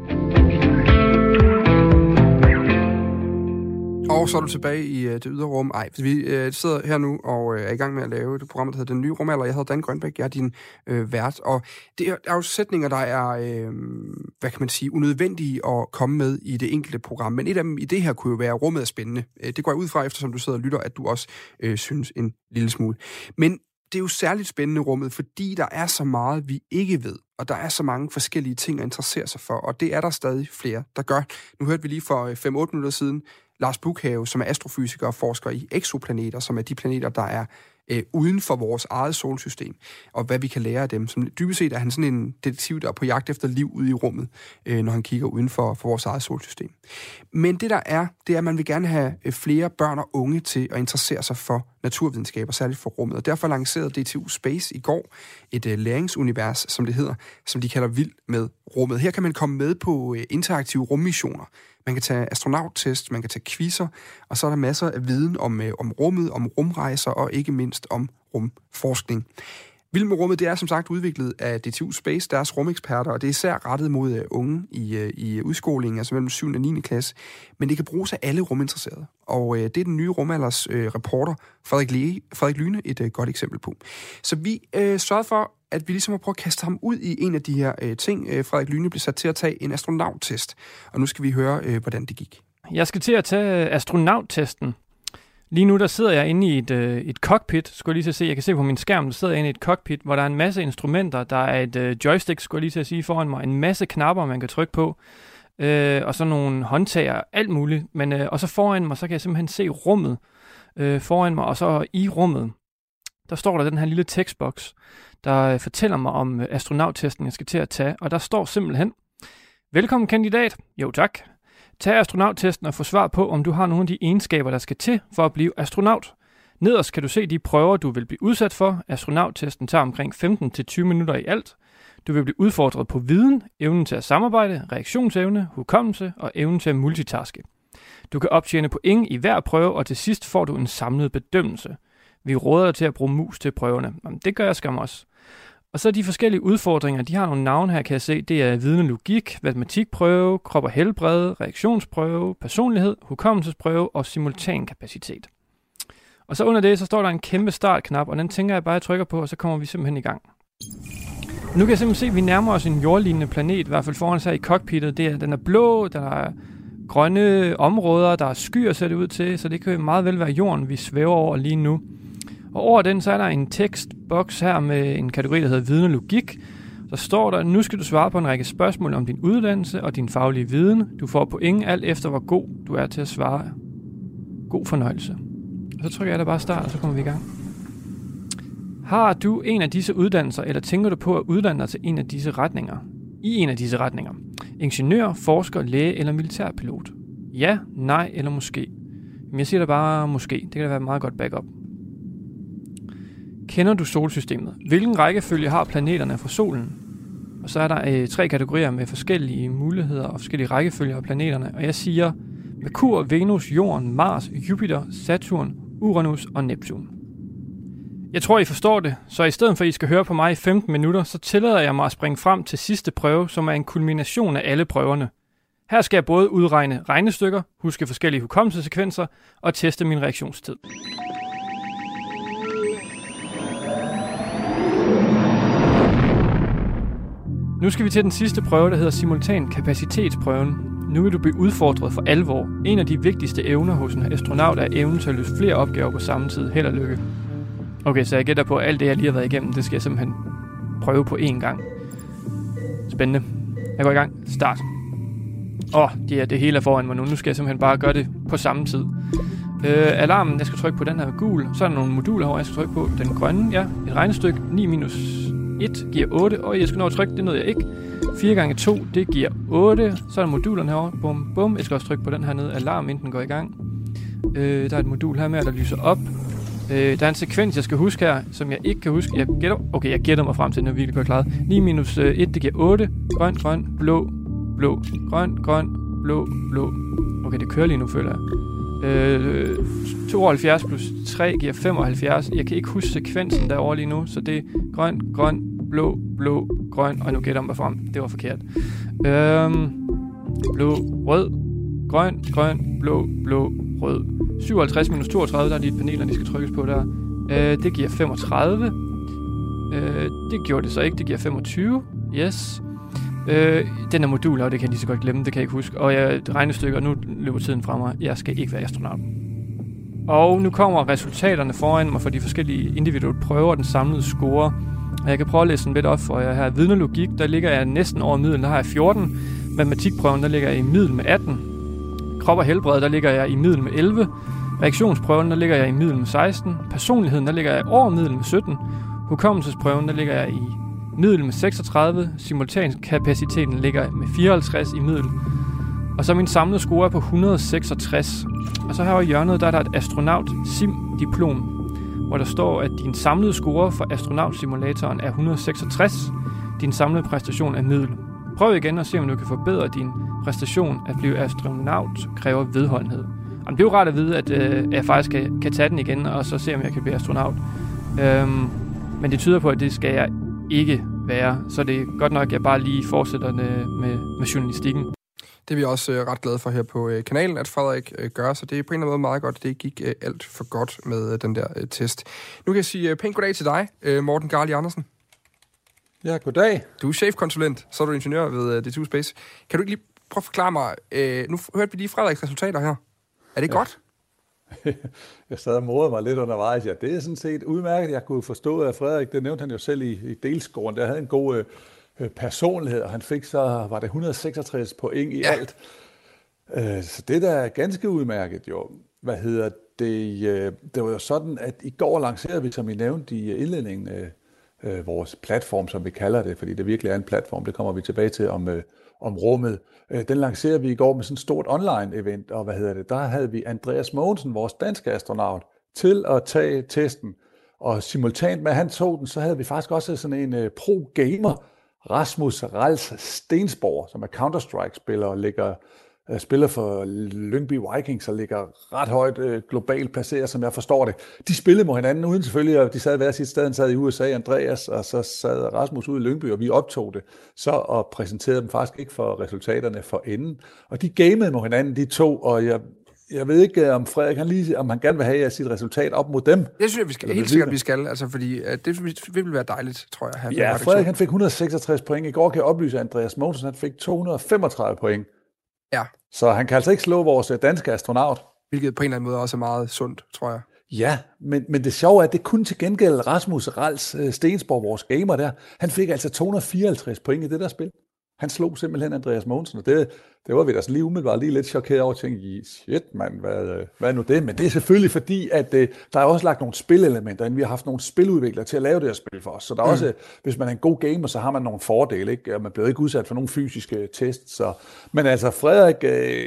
Og så er du tilbage i det ydre rum. Vi sidder her nu og er i gang med at lave det program, der hedder Den Nye Rumalder. Jeg hedder Dan Grønbæk, jeg er din vært. Og det er jo sætninger, der er, hvad kan man sige, unødvendige at komme med i det enkelte program. Men et af dem i det her kunne jo være, rummet er spændende. Det går jeg ud fra, eftersom du sidder og lytter, at du også synes en lille smule. Men det er jo særligt spændende rummet, fordi der er så meget, vi ikke ved. Og der er så mange forskellige ting at interessere sig for. Og det er der stadig flere, der gør. Nu hørte vi lige for 5-8 minutter siden Lars Bukhave, som er astrofysiker og forsker i eksoplaneter, som er de planeter, der er uden for vores eget solsystem, og hvad vi kan lære af dem. Som dybest set er han sådan en detektiv, der er på jagt efter liv ude i rummet, når han kigger uden for vores eget solsystem. Men det der er, det er, at man vil gerne have flere børn og unge til at interessere sig for naturvidenskab, og særligt for rummet. Og derfor lancerede DTU Space i går et læringsunivers, som det hedder, som de kalder Vild med rummet. Her kan man komme med på interaktive rummissioner. Man kan tage astronauttest, man kan tage quizzer, og så er der masser af viden om rummet, om rumrejser og ikke mindst om rumforskning. Vild med rummet, det er som sagt udviklet af DTU Space, deres rumeksperter, og det er især rettet mod unge i udskolingen, altså mellem 7. og 9. klasse. Men det kan bruges af alle ruminteresserede. Og det er den nye rumalders reporter, Frederik Lyne, et godt eksempel på. Så vi sørgede for, at vi ligesom har prøvet at kaste ham ud i en af de her ting. Frederik Lyne blev sat til at tage en astronauttest, og nu skal vi høre, hvordan det gik. Jeg skal til at tage astronauttesten. Lige nu der sidder jeg inde i et cockpit, skulle jeg lige se. Jeg kan se på min skærm, der sidder jeg inde i et cockpit, hvor der er en masse instrumenter. Der er et joystick, skulle jeg lige sige, foran mig. En masse knapper, man kan trykke på. Og så nogle håndtager, alt muligt. Men, og så foran mig, så kan jeg simpelthen se rummet foran mig. Og så i rummet, der står der den her lille tekstboks, der fortæller mig om astronauttesten, jeg skal til at tage. Og der står simpelthen: velkommen kandidat. Jo tak. Tag astronauttesten og få svar på, om du har nogle af de egenskaber, der skal til for at blive astronaut. Nederst kan du se de prøver, du vil blive udsat for. Astronauttesten tager omkring 15-20 minutter i alt. Du vil blive udfordret på viden, evnen til at samarbejde, reaktionsevne, hukommelse og evnen til at multitaske. Du kan optjene point i hver prøve, og til sidst får du en samlet bedømmelse. Vi råder dig til at bruge mus til prøverne. Jamen, det gør jeg skam også. Og så de forskellige udfordringer, de har nogle navne her, kan jeg se. Det er viden og logik, matematikprøve, krop og helbred, reaktionsprøve, personlighed, hukommelsesprøve og simultankapacitet. Og så under det, så står der en kæmpe startknap, og den tænker jeg bare, at trykker på, og så kommer vi simpelthen i gang. Nu kan jeg simpelthen se, at vi nærmer os en jordlignende planet, i hvert fald foran sig i cockpittet. Den er blå, der er grønne områder, der er skyer, ser det ud til, så det kan meget vel være jorden, vi svæver over lige nu. Og over den, så er der en tekstboks her med en kategori, der hedder viden og logik. Så står der: nu skal du svare på en række spørgsmål om din uddannelse og din faglige viden. Du får point alt efter, hvor god du er til at svare. God fornøjelse. Og så trykker jeg da bare start, og så kommer vi i gang. Har du en af disse uddannelser, eller tænker du på at uddanne dig til en af disse retninger? I en af disse retninger. Ingeniør, forsker, læge eller militærpilot? Ja, nej eller måske? Men jeg siger da bare måske. Det kan da være et meget godt backup. Kender du solsystemet? Hvilken rækkefølge har planeterne fra solen? Og så er der 3 kategorier med forskellige muligheder og forskellige rækkefølger af planeterne. Og jeg siger Merkur, Venus, Jorden, Mars, Jupiter, Saturn, Uranus og Neptun. Jeg tror, I forstår det, så i stedet for, at I skal høre på mig i 15 minutter, så tillader jeg mig at springe frem til sidste prøve, som er en kulmination af alle prøverne. Her skal jeg både udregne regnestykker, huske forskellige hukommelsesekvenser og teste min reaktionstid. Nu skal vi til den sidste prøve, der hedder simultankapacitetsprøven. Nu vil du blive udfordret for alvor. En af de vigtigste evner hos en astronaut er evnen til at løse flere opgaver på samme tid. Held og lykke. Okay, så jeg gætter på, at alt det, jeg lige har været igennem, det skal jeg simpelthen prøve på én gang. Spændende. Jeg går i gang. Start. Det hele er foran mig nu. Nu skal jeg simpelthen bare gøre det på samme tid. Alarmen, jeg skal trykke på den her gul. Så er der nogle moduler herovre, jeg skal trykke på. Den grønne, ja. Et regnestykke. 9 minus 1 giver 8. Og jeg skal nå at trykke, det nåede jeg ikke. 4 gange 2, det giver 8. Så er der modulerne herovre. Bum, bum. Jeg skal også trykke på den her nede. Alarm, inden den går i gang. Der er et modul her med, der lyser op. Der er en sekvens, jeg skal huske her, som jeg ikke kan huske. Jeg gætter mig frem til, når vi virkelig bliver klaret. 9 minus 1, det giver 8. Grøn, grøn, blå, blå. Grøn, grøn, blå, blå. Okay, det kører lige nu, føler jeg. 72 plus 3 giver 75. Jeg kan ikke huske sekvensen derovre lige nu, så det er grøn, grøn, blå, blå, grøn. Og nu gætter jeg mig frem. Det var forkert. Blå, rød, grøn, grøn, blå, blå, rød. 57 minus 32, der er lige et panel, de skal trykkes på der. Det giver 35. Det gjorde det så ikke, det giver 25. Yes. Den er modul, og det kan jeg lige så godt glemme, det kan jeg ikke huske. Og regnestykker, nu løber tiden fra mig. Jeg skal ikke være astronaut. Og nu kommer resultaterne foran mig for de forskellige individuelle prøver, den samlede score. Og jeg kan prøve at læse den lidt op for jer her. Viden og logik, der ligger jeg næsten over middel, der har jeg 14. Matematikprøven, der ligger jeg i middel med 18. Krop og helbred, der ligger jeg i middel med 11. Reaktionsprøven, der ligger jeg i middel med 16. Personligheden, der ligger jeg over middel med 17. Hukommelsesprøven, der ligger jeg i middel med 36. Simultankapaciteten ligger med 54 i middel. Og så min samlede score er på 166. Og så her i hjørnet, der er der et astronaut-sim-diplom, hvor der står, at din samlede score for astronautsimulatoren er 166. Din samlede præstation er middel. Prøv igen og se, om du kan forbedre din præstation. At blive astronaut kræver vedholdenhed. Jamen, det er jo rart at vide, at jeg faktisk kan tage den igen, og så se, om jeg kan blive astronaut. Men det tyder på, at det skal jeg ikke være. Så det er godt nok, at jeg bare lige fortsætter med journalistikken. Det er vi også ret glade for her på kanalen, at Frederik gør, så det er på en eller anden måde meget godt. Det gik alt for godt med den der test. Nu kan jeg sige pænt goddag til dig, Morten Garli Andersen. Ja, goddag. Du er chefkonsulent, så er du ingeniør ved DTU Space. Kan du ikke lige prøve at forklare mig, nu hørte vi lige Frederiks resultater her. Er det godt? Jeg sad og morede mig lidt undervejs. Ja, det er sådan set udmærket. Jeg kunne forstå, at Frederik, det nævnte han jo selv i delscoren, der havde en god personlighed, og han fik så, var det 166 point i alt. Så det der er ganske udmærket jo. Det var jo sådan, at i går lancerede vi, som I nævnte i indledningen, vores platform, som vi kalder det, fordi det virkelig er en platform, det kommer vi tilbage til om rummet. Den lancerede vi i går med sådan et stort online-event, og der havde vi Andreas Mogensen, vores danske astronaut, til at tage testen. Og simultant med, at han tog den, så havde vi faktisk også sådan en pro-gamer, Rasmus Rals Stensborg, som er Counter-Strike-spiller og spiller for Lyngby Vikings og ligger ret højt globalt placeret, som jeg forstår det. De spillede mod hinanden uden selvfølgelig, og de sad hver sit sted. Han sad i USA, Andreas, og så sad Rasmus ude i Lyngby, og vi optog det så og præsenterede dem faktisk ikke for resultaterne for enden. Og de gamede mod hinanden, de to, og jeg ved ikke, om Frederik om han gerne vil have sit resultat op mod dem. Det synes jeg, vi skal. Helt sikkert, vi skal. Altså, fordi det vil være dejligt, tror jeg. Ja, Frederik han fik 166 point. I går kan jeg oplyse, at Andreas Mogensen han fik 235 point. Ja. Så han kan altså ikke slå vores danske astronaut. Hvilket på en eller anden måde også er meget sundt, tror jeg. Ja, men det sjove er, at det kun til gengæld Rasmus Rals Stensborg, vores gamer der, han fik altså 254 point i det der spil. Han slog simpelthen Andreas Mogensen, og det var vi da lige umiddelbart lige lidt chokeret over, og tænkte, shit mand, hvad er nu det? Men det er selvfølgelig fordi, at der er også lagt nogle spilelementer, vi har haft nogle spiludviklere til at lave det her spil for os. Så der er også, hvis man er en god gamer, så har man nogle fordele, ikke? Og man bliver ikke udsat for nogle fysiske tests. Så. Men altså Frederik,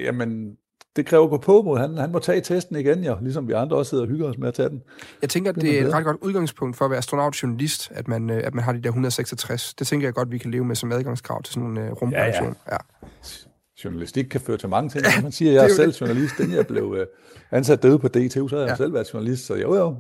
det kræver at gå på mod. Han må tage testen igen, ja, ligesom vi andre også sidder og hygger os med at tage den. Jeg tænker, at det er et ret godt udgangspunkt for at være astronautjournalist, at man har de der 166. Det tænker jeg godt, vi kan leve med som adgangskrav til sådan en rumproduktion. Ja. Journalistik kan føre til mange ting. Man siger, at jeg er selv journalist. Inden jeg blev ansat derude på DTU, så har jeg selv været journalist. Så jo.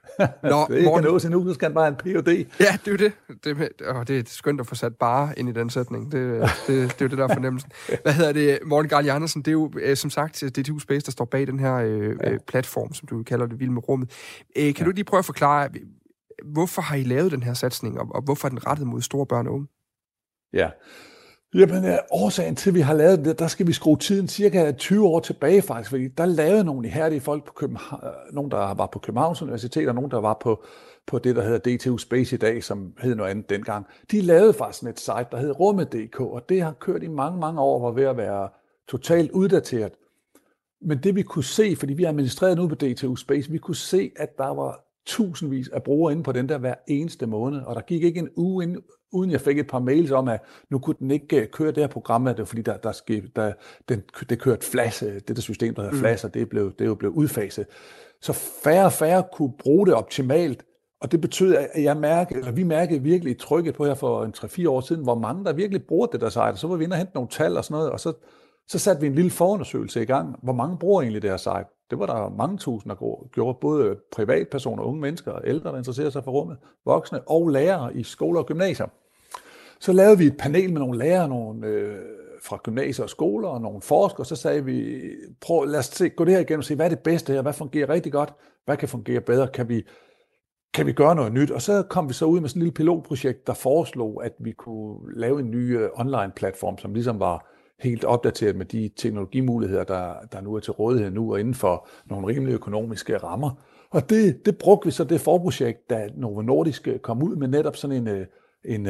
Det kan nås endnu, så skal han bare have en Ph.D. Ja, det er jo det. Det er skønt at få sat bare ind i den sætning. Det er jo det, der er fornemmelsen. Morten Garli Andersen, det er jo som sagt DTU Space, der står bag den her platform, som du kalder det, Vild med rummet. Kan du lige prøve at forklare, hvorfor har I lavet den her satsning, og hvorfor er den rettet mod store børn og unge? Ja. Jamen, årsagen til, at vi har lavet det, der skal vi skrue tiden cirka 20 år tilbage faktisk, fordi der lavede nogle ihærdige folk på København, nogen der var på Københavns Universitet, og nogen der var på det, der hedder DTU Space i dag, som hed noget andet dengang. De lavede faktisk et site, der hed rummet.dk, og det har kørt i mange, mange år, var ved at være totalt uddateret. Men det vi kunne se, fordi vi administrerede nu på DTU Space, vi kunne se, at der var tusindvis af brugere inde på den der hver eneste måned, og der gik ikke en uge ind, uden jeg fik et par mails om, at nu kunne den ikke køre det her program, det var fordi, det kørte flash, det der system, der hedder flash, og det er jo blevet udfaset. Så færre og færre kunne bruge det optimalt, og det betød, at vi mærkede virkelig trykket på her for 3-4 år siden, hvor mange der virkelig bruger det der site, og så var vi inde og hente nogle tal og sådan noget, og så satte vi en lille forundersøgelse i gang. Hvor mange bruger egentlig det her site? Det var der mange tusind, der gjorde, både privatpersoner, unge mennesker og ældre, der interesserer sig for rummet, voksne og lærere i skoler og gymnasier. Så lavede vi et panel med nogle lærere, fra gymnasier og skoler og nogle forskere, og så sagde vi, lad os gå det her igennem og se, hvad er det bedste her, hvad fungerer rigtig godt, hvad kan fungere bedre, kan vi gøre noget nyt? Og så kom vi så ud med sådan et lille pilotprojekt, der foreslog, at vi kunne lave en ny online-platform, som ligesom var helt opdateret med de teknologimuligheder, der nu er til rådighed nu, og inden for nogle rimelige økonomiske rammer. Og det brugte vi så det forprojekt, da Novo Nordisk kom ud med netop sådan en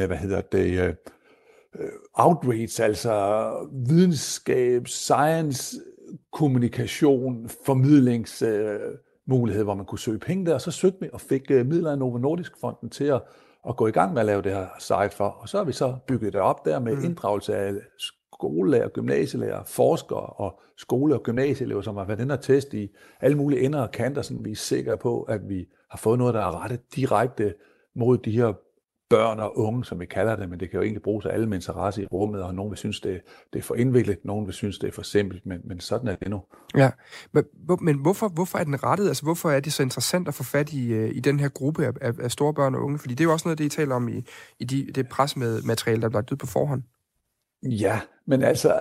outreach, altså videnskab, science, kommunikation, formidlingsmulighed, hvor man kunne søge penge der, og så søgte vi og fik midler af Novo Nordisk-fonden til at gå i gang med at lave det her site for. Og så har vi så bygget det op der med inddragelse af skolelærer, gymnasielærer, forskere og skole- og gymnasieelever, som har været inde og teste i alle mulige ender og kanter, så vi er sikre på, at vi har fået noget, der er rettet direkte mod de her børn og unge, som vi kalder det, men det kan jo egentlig bruges af alle med interesse i rummet, og nogen vil synes, det er for indviklet, nogen vil synes, det er for simpelt, men sådan er det nu. Ja, men hvorfor er den rettet? Altså, hvorfor er det så interessant at få fat i den her gruppe af store børn og unge? Fordi det er jo også noget af det, I taler om i det presmateriale, der er blevet på forhånd. Ja, men altså,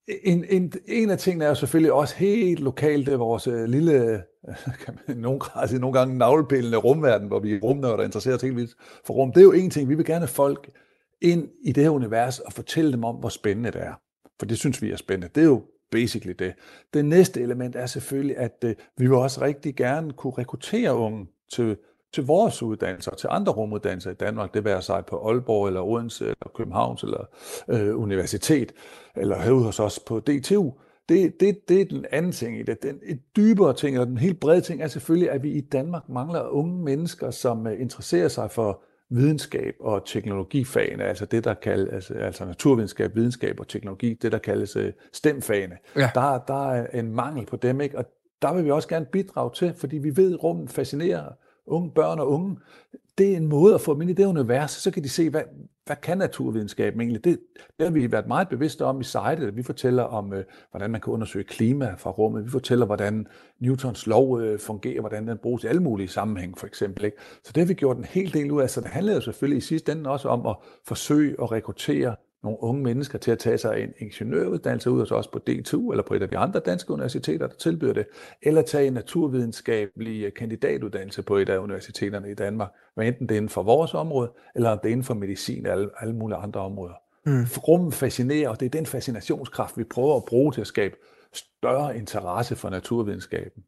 en af tingene er jo selvfølgelig også helt lokalt, det er vores lille, kan man nogle gange navlepillende rumverden, hvor vi er rumnørder, der interesserer os helt vildt for rum. Det er jo en ting, vi vil gerne have folk ind i det her univers og fortælle dem om, hvor spændende det er. For det synes vi er spændende. Det er jo basically det. Det næste element er selvfølgelig, at vi vil også rigtig gerne kunne rekruttere unge til vores uddannelser, til andre rumuddannelser i Danmark, det være sig på Aalborg, eller Odense, eller Københavns, eller universitet, eller herude hos os på DTU. Det er den anden ting i det. Et dybere ting, eller den helt brede ting, er selvfølgelig, at vi i Danmark mangler unge mennesker, som interesserer sig for videnskab og teknologifagene, altså det, der kaldes altså naturvidenskab, videnskab og teknologi, det, der kaldes STEM-fagene. Ja. Der er en mangel på dem, ikke? Og der vil vi også gerne bidrage til, fordi vi ved, at rummet fascinerer unge børn og unge. Det er en måde at få dem ind i det univers, så kan de se, hvad kan naturvidenskaben egentlig? Det har vi været meget bevidste om i sitet. Vi fortæller om, hvordan man kan undersøge klima fra rummet. Vi fortæller, hvordan Newtons lov fungerer, hvordan den bruges i alle mulige sammenhæng, for eksempel. Ikke? Så det har vi gjort en hel del ud af. Så det handler jo selvfølgelig i sidste ende også om at forsøge at rekruttere nogle unge mennesker til at tage sig en ingeniøruddannelse ud, og så også på DTU eller på et af de andre danske universiteter, der tilbyder det, eller tage en naturvidenskabelig kandidatuddannelse på et af universiteterne i Danmark, hvad enten det er inden for vores område, eller det er inden for medicin eller alle mulige andre områder. Rummet fascinerer, og det er den fascinationskraft, vi prøver at bruge til at skabe større interesse for naturvidenskaben.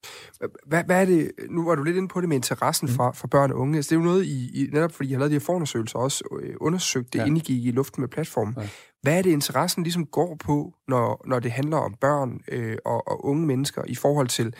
Hvad er det, nu var du lidt inde på det med interessen for børn og unge, altså det er jo noget, I netop fordi I har lavet de her forundersøgelser, også undersøgt det, inden I gik i luften med platformen. Ja. Hvad er det, interessen ligesom går på, når det handler om børn og unge mennesker i forhold til...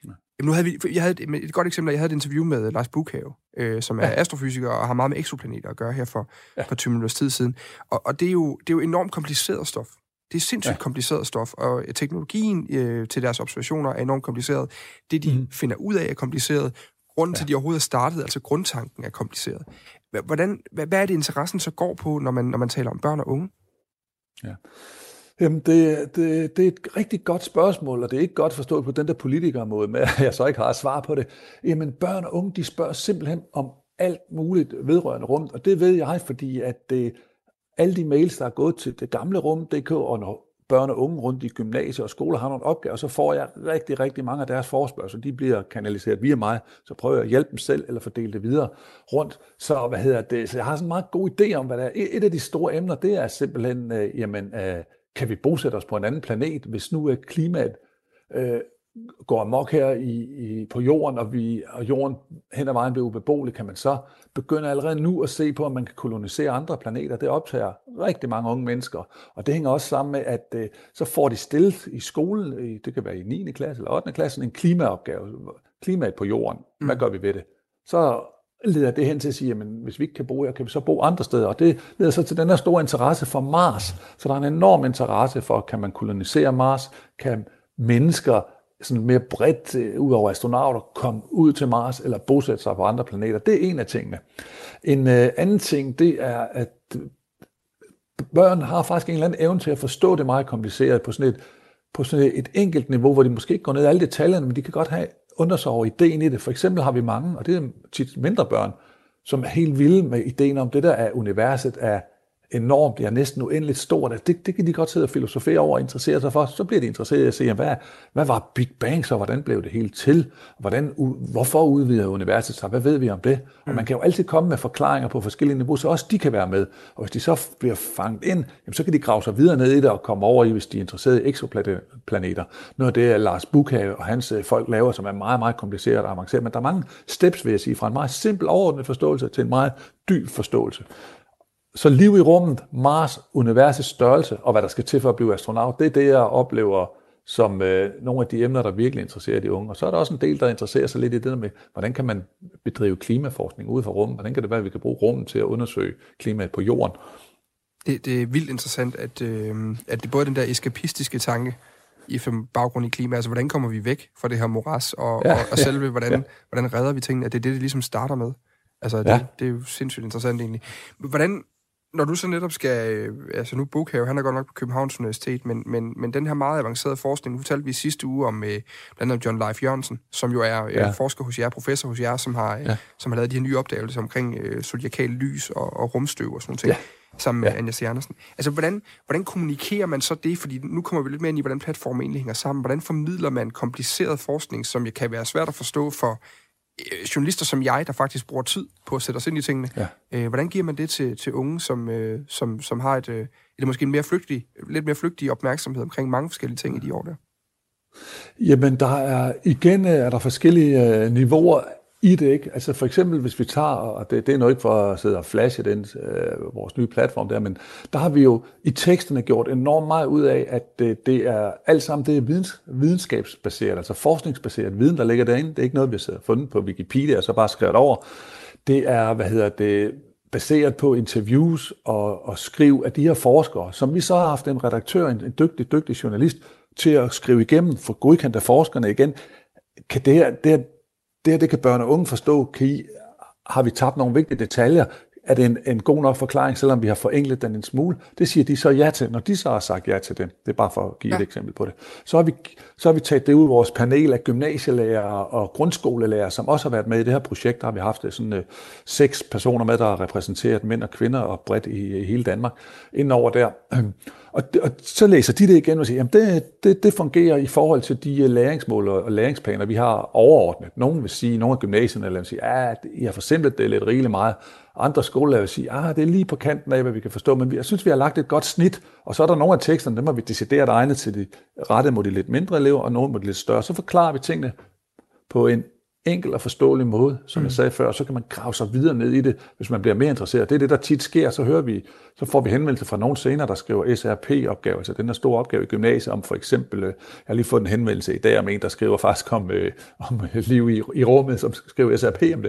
Nu havde jeg havde et godt eksempel, jeg havde et interview med Lars Bukhave, som er astrofysiker og har meget med eksoplaneter at gøre her for 20 minutters tid siden. Og det er jo enormt kompliceret stof. Det er sindssygt kompliceret stof, og teknologien til deres observationer er enormt kompliceret. Det, de finder ud af, er kompliceret. Grunden til, at de overhovedet er startet, altså grundtanken, er kompliceret. Hvad er det, interessen så går på, når man taler om børn og unge? Ja. Jamen, det er et rigtig godt spørgsmål, og det er ikke godt forstået på den der politikermåde med, at jeg så ikke har svar på det. Jamen, børn og unge, de spørger simpelthen om alt muligt vedrørende rummet, og det ved jeg, fordi at alle de mails, der er gået til det gamle rum.dk, og når børn og unge rundt i gymnasier og skoler har nogle opgaver, så får jeg rigtig, rigtig mange af deres forespørgsler. De bliver kanaliseret via mig, så prøver jeg at hjælpe dem selv, eller fordele det videre rundt. Så, så jeg har sådan en meget god idé om, hvad der er. Et af de store emner, det er simpelthen, kan vi bosætte os på en anden planet, hvis nu klimaet går amok her på jorden, og jorden hen ad vejen bliver ubeboelig, kan man så begynde allerede nu at se på, om man kan kolonisere andre planeter. Det optager rigtig mange unge mennesker, og det hænger også sammen med, at så får de stillet i skolen, det kan være i 9. klasse eller 8. klasse, en klimaopgave, klimaet på jorden. Hvad gør vi ved det? Så leder det hen til at sige, jamen hvis vi ikke kan bo her, kan vi så bo andre steder? Og det leder så til den her store interesse for Mars. Så der er en enorm interesse for, kan man kolonisere Mars? Kan mennesker sådan mere bredt ud over astronauter komme ud til Mars eller bosætte sig på andre planeter? Det er en af tingene. En anden ting, det er, at børn har faktisk en eller anden evne til at forstå det meget kompliceret på sådan et enkelt niveau, hvor de måske ikke går ned i alle detaljerne, men de kan godt undre sig over ideen i det. For eksempel har vi mange, og det er tit mindre børn, som er helt vilde med ideen om det der, at universet er enormt, det er næsten uendeligt stort. Det kan de godt sidde og filosofere over og interessere sig for. Så bliver de interesseret i at se, hvad var Big Bang så? Hvordan blev det helt til? Hvorfor udvider universet sig? Hvad ved vi om det? Og man kan jo altid komme med forklaringer på forskellige niveauer, så også de kan være med. Og hvis de så bliver fanget ind, jamen, så kan de grave sig videre ned i det og komme over i, hvis de er interesseret i eksoplaneter. Noget af det er Lars Bukhave og hans folk laver, som er meget, meget kompliceret og avanceret. Men der er mange steps, vil jeg sige, fra en meget simpel overordnet forståelse til en meget dyb forståelse. Så liv i rummet, Mars, universets størrelse og hvad der skal til for at blive astronaut, det er det, jeg oplever som nogle af de emner, der virkelig interesserer de unge. Og så er der også en del, der interesserer sig lidt i det der med, hvordan kan man bedrive klimaforskning ude for rummet? Hvordan kan det være, at vi kan bruge rummet til at undersøge klimaet på jorden? Det er vildt interessant, at det både den der eskapistiske tanke i baggrund i klima, altså hvordan kommer vi væk fra det her moras, og selve, hvordan redder vi tingene, at det er det ligesom starter med. Altså, det er jo sindssygt interessant egentlig. Hvordan, når du så netop skal, altså nu Bukhave, han er godt nok på Københavns Universitet, men den her meget avancerede forskning, nu fortalte vi sidste uge om blandt andet John Leif Jørgensen, som jo er forsker hos jer, professor hos jer, som har lavet de her nye opdagelser omkring zodiakal lys og rumstøv og sådan noget, sammen med Anja C. Andersen. Altså, hvordan kommunikerer man så det? Fordi nu kommer vi lidt mere ind i, hvordan platformen egentlig hænger sammen. Hvordan formidler man kompliceret forskning, som kan være svært at forstå for journalister som jeg, der faktisk bruger tid på at sætte os ind i tingene. Hvordan giver man det til unge, som har et måske en lidt mere flygtig opmærksomhed omkring mange forskellige ting i de år der? Jamen, er der forskellige niveauer i det, ikke? Altså for eksempel, hvis vi tager, og det er noget ikke for at sidde og flashe vores nye platform der, men der har vi jo i teksterne gjort enormt meget ud af, at det er alt sammen det er videnskabsbaseret, altså forskningsbaseret viden, der ligger derinde. Det er ikke noget, vi har fundet på Wikipedia og så bare skrevet over. Det er, baseret på interviews og skriv af de her forskere, som vi så har haft en redaktør, en dygtig journalist, til at skrive igennem for godkendt af forskerne igen. Kan det kan børn og unge forstå. Har vi tabt nogle vigtige detaljer? Er det en god nok forklaring, selvom vi har forenklet den en smule? Det siger de så ja til. Når de så har sagt ja til det, det er bare for at give et eksempel på det, så har vi taget det ud af vores panel af gymnasielærere og grundskolelærere, som også har været med i det her projekt. Der har vi haft sådan 6 personer med, der har repræsenteret mænd og kvinder og bredt i hele Danmark indover der. Og så læser de det igen og siger, jamen det fungerer i forhold til de læringsmål og læringsplaner, vi har overordnet. Nogle vil sige, nogle af gymnasierne vil sige, I har forsimplet det lidt rigeligt meget. Andre skoler vil sige, det er lige på kanten af, hvad vi kan forstå, men jeg synes, vi har lagt et godt snit. Og så er der nogle af teksterne, dem har vi decideret egnet til de rette mod de lidt mindre elever, og nogle mod de lidt større. Så forklarer vi tingene på en enkel og forståelig måde, som jeg sagde før, så kan man grave sig videre ned i det, hvis man bliver mere interesseret. Det er det, der tit sker, så får vi henvendelse fra nogle senere, der skriver SRP-opgave, altså den her store opgave i gymnasiet, om for eksempel, jeg har lige fået en henvendelse i dag om en, der skriver faktisk om liv i rummet, som skriver SRP om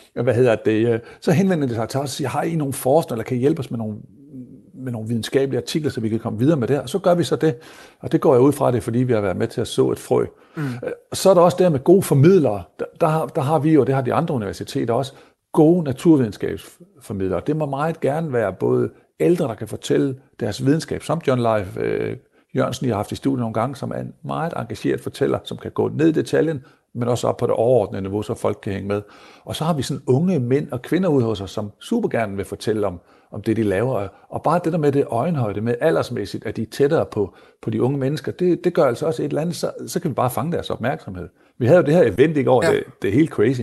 det. Så henvender det sig til os og siger, har I nogle forskere, eller kan I hjælpe os med nogle videnskabelige artikler, så vi kan komme videre med det, og så gør vi så det. Og det går jeg ud fra det, fordi vi har været med til at så et frø. Så er der også det med gode formidlere. Der har vi jo, det har de andre universiteter også, gode naturvidenskabsformidlere. Det må meget gerne være både ældre, der kan fortælle deres videnskab, som John Leif Jørgensen, jeg har haft i studiet nogle gange, som er en meget engageret fortæller, som kan gå ned i detaljen, men også op på det overordnede niveau, så folk kan hænge med. Og så har vi sådan unge mænd og kvinder ude hos os, som super gerne vil fortælle om det, de laver. Og bare det der med det øjenhøjde, med aldersmæssigt, at de er tættere på de unge mennesker, det gør altså også et eller andet, så kan vi bare fange deres opmærksomhed. Vi havde jo det her event i går, det er helt crazy.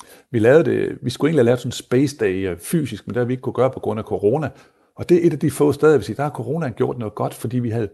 Vi skulle egentlig have lavet sådan en space day fysisk, men det har vi ikke kunne gøre på grund af corona. Og det er et af de få steder, jeg vil sige, der har coronaen gjort noget godt, fordi vi havde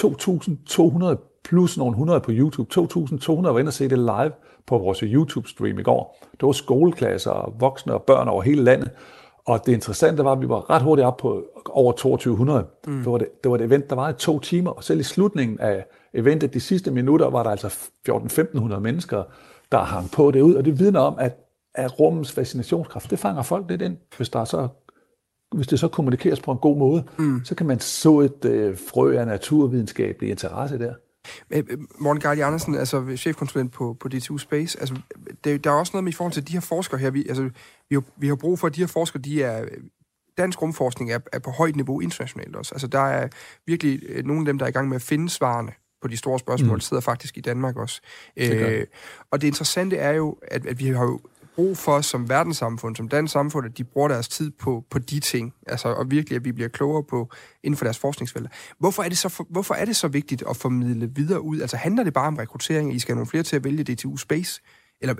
2.200 plus nogle 100 på YouTube. 2.200 var inde og se det live på vores YouTube-stream i går. Det var skoleklasser, voksne og børn over hele landet. Og det interessante var, at vi var ret hurtigt op på over 2200. Det var et event, der var i 2 timer, og selv i slutningen af eventet, de sidste minutter, var der altså 1.400-1.500 mennesker, der hang på det ud. Og det vidner om, at af rummets fascinationskraft, det fanger folk lidt ind, hvis det så kommunikeres på en god måde, så kan man så et frø af naturvidenskabelig interesse der. Morten Gardi Andersen, altså chefkonsulent på DTU Space, altså der er også noget med i forhold til de her forskere her, vi har brug for, at de her forskere, dansk rumforskning er på højt niveau internationalt også. Altså der er virkelig nogle af dem, der er i gang med at finde svarene på de store spørgsmål, sidder faktisk i Danmark også. Og det interessante er jo, at vi har jo brug for som verdenssamfund, som dansk samfund, at de bruger deres tid på de ting, altså og virkelig, at vi bliver klogere på inden for deres forskningsfelter. Hvorfor er det så vigtigt at formidle videre ud? Altså handler det bare om rekruttering, at I skal have nogle flere til at vælge DTU Space? Eller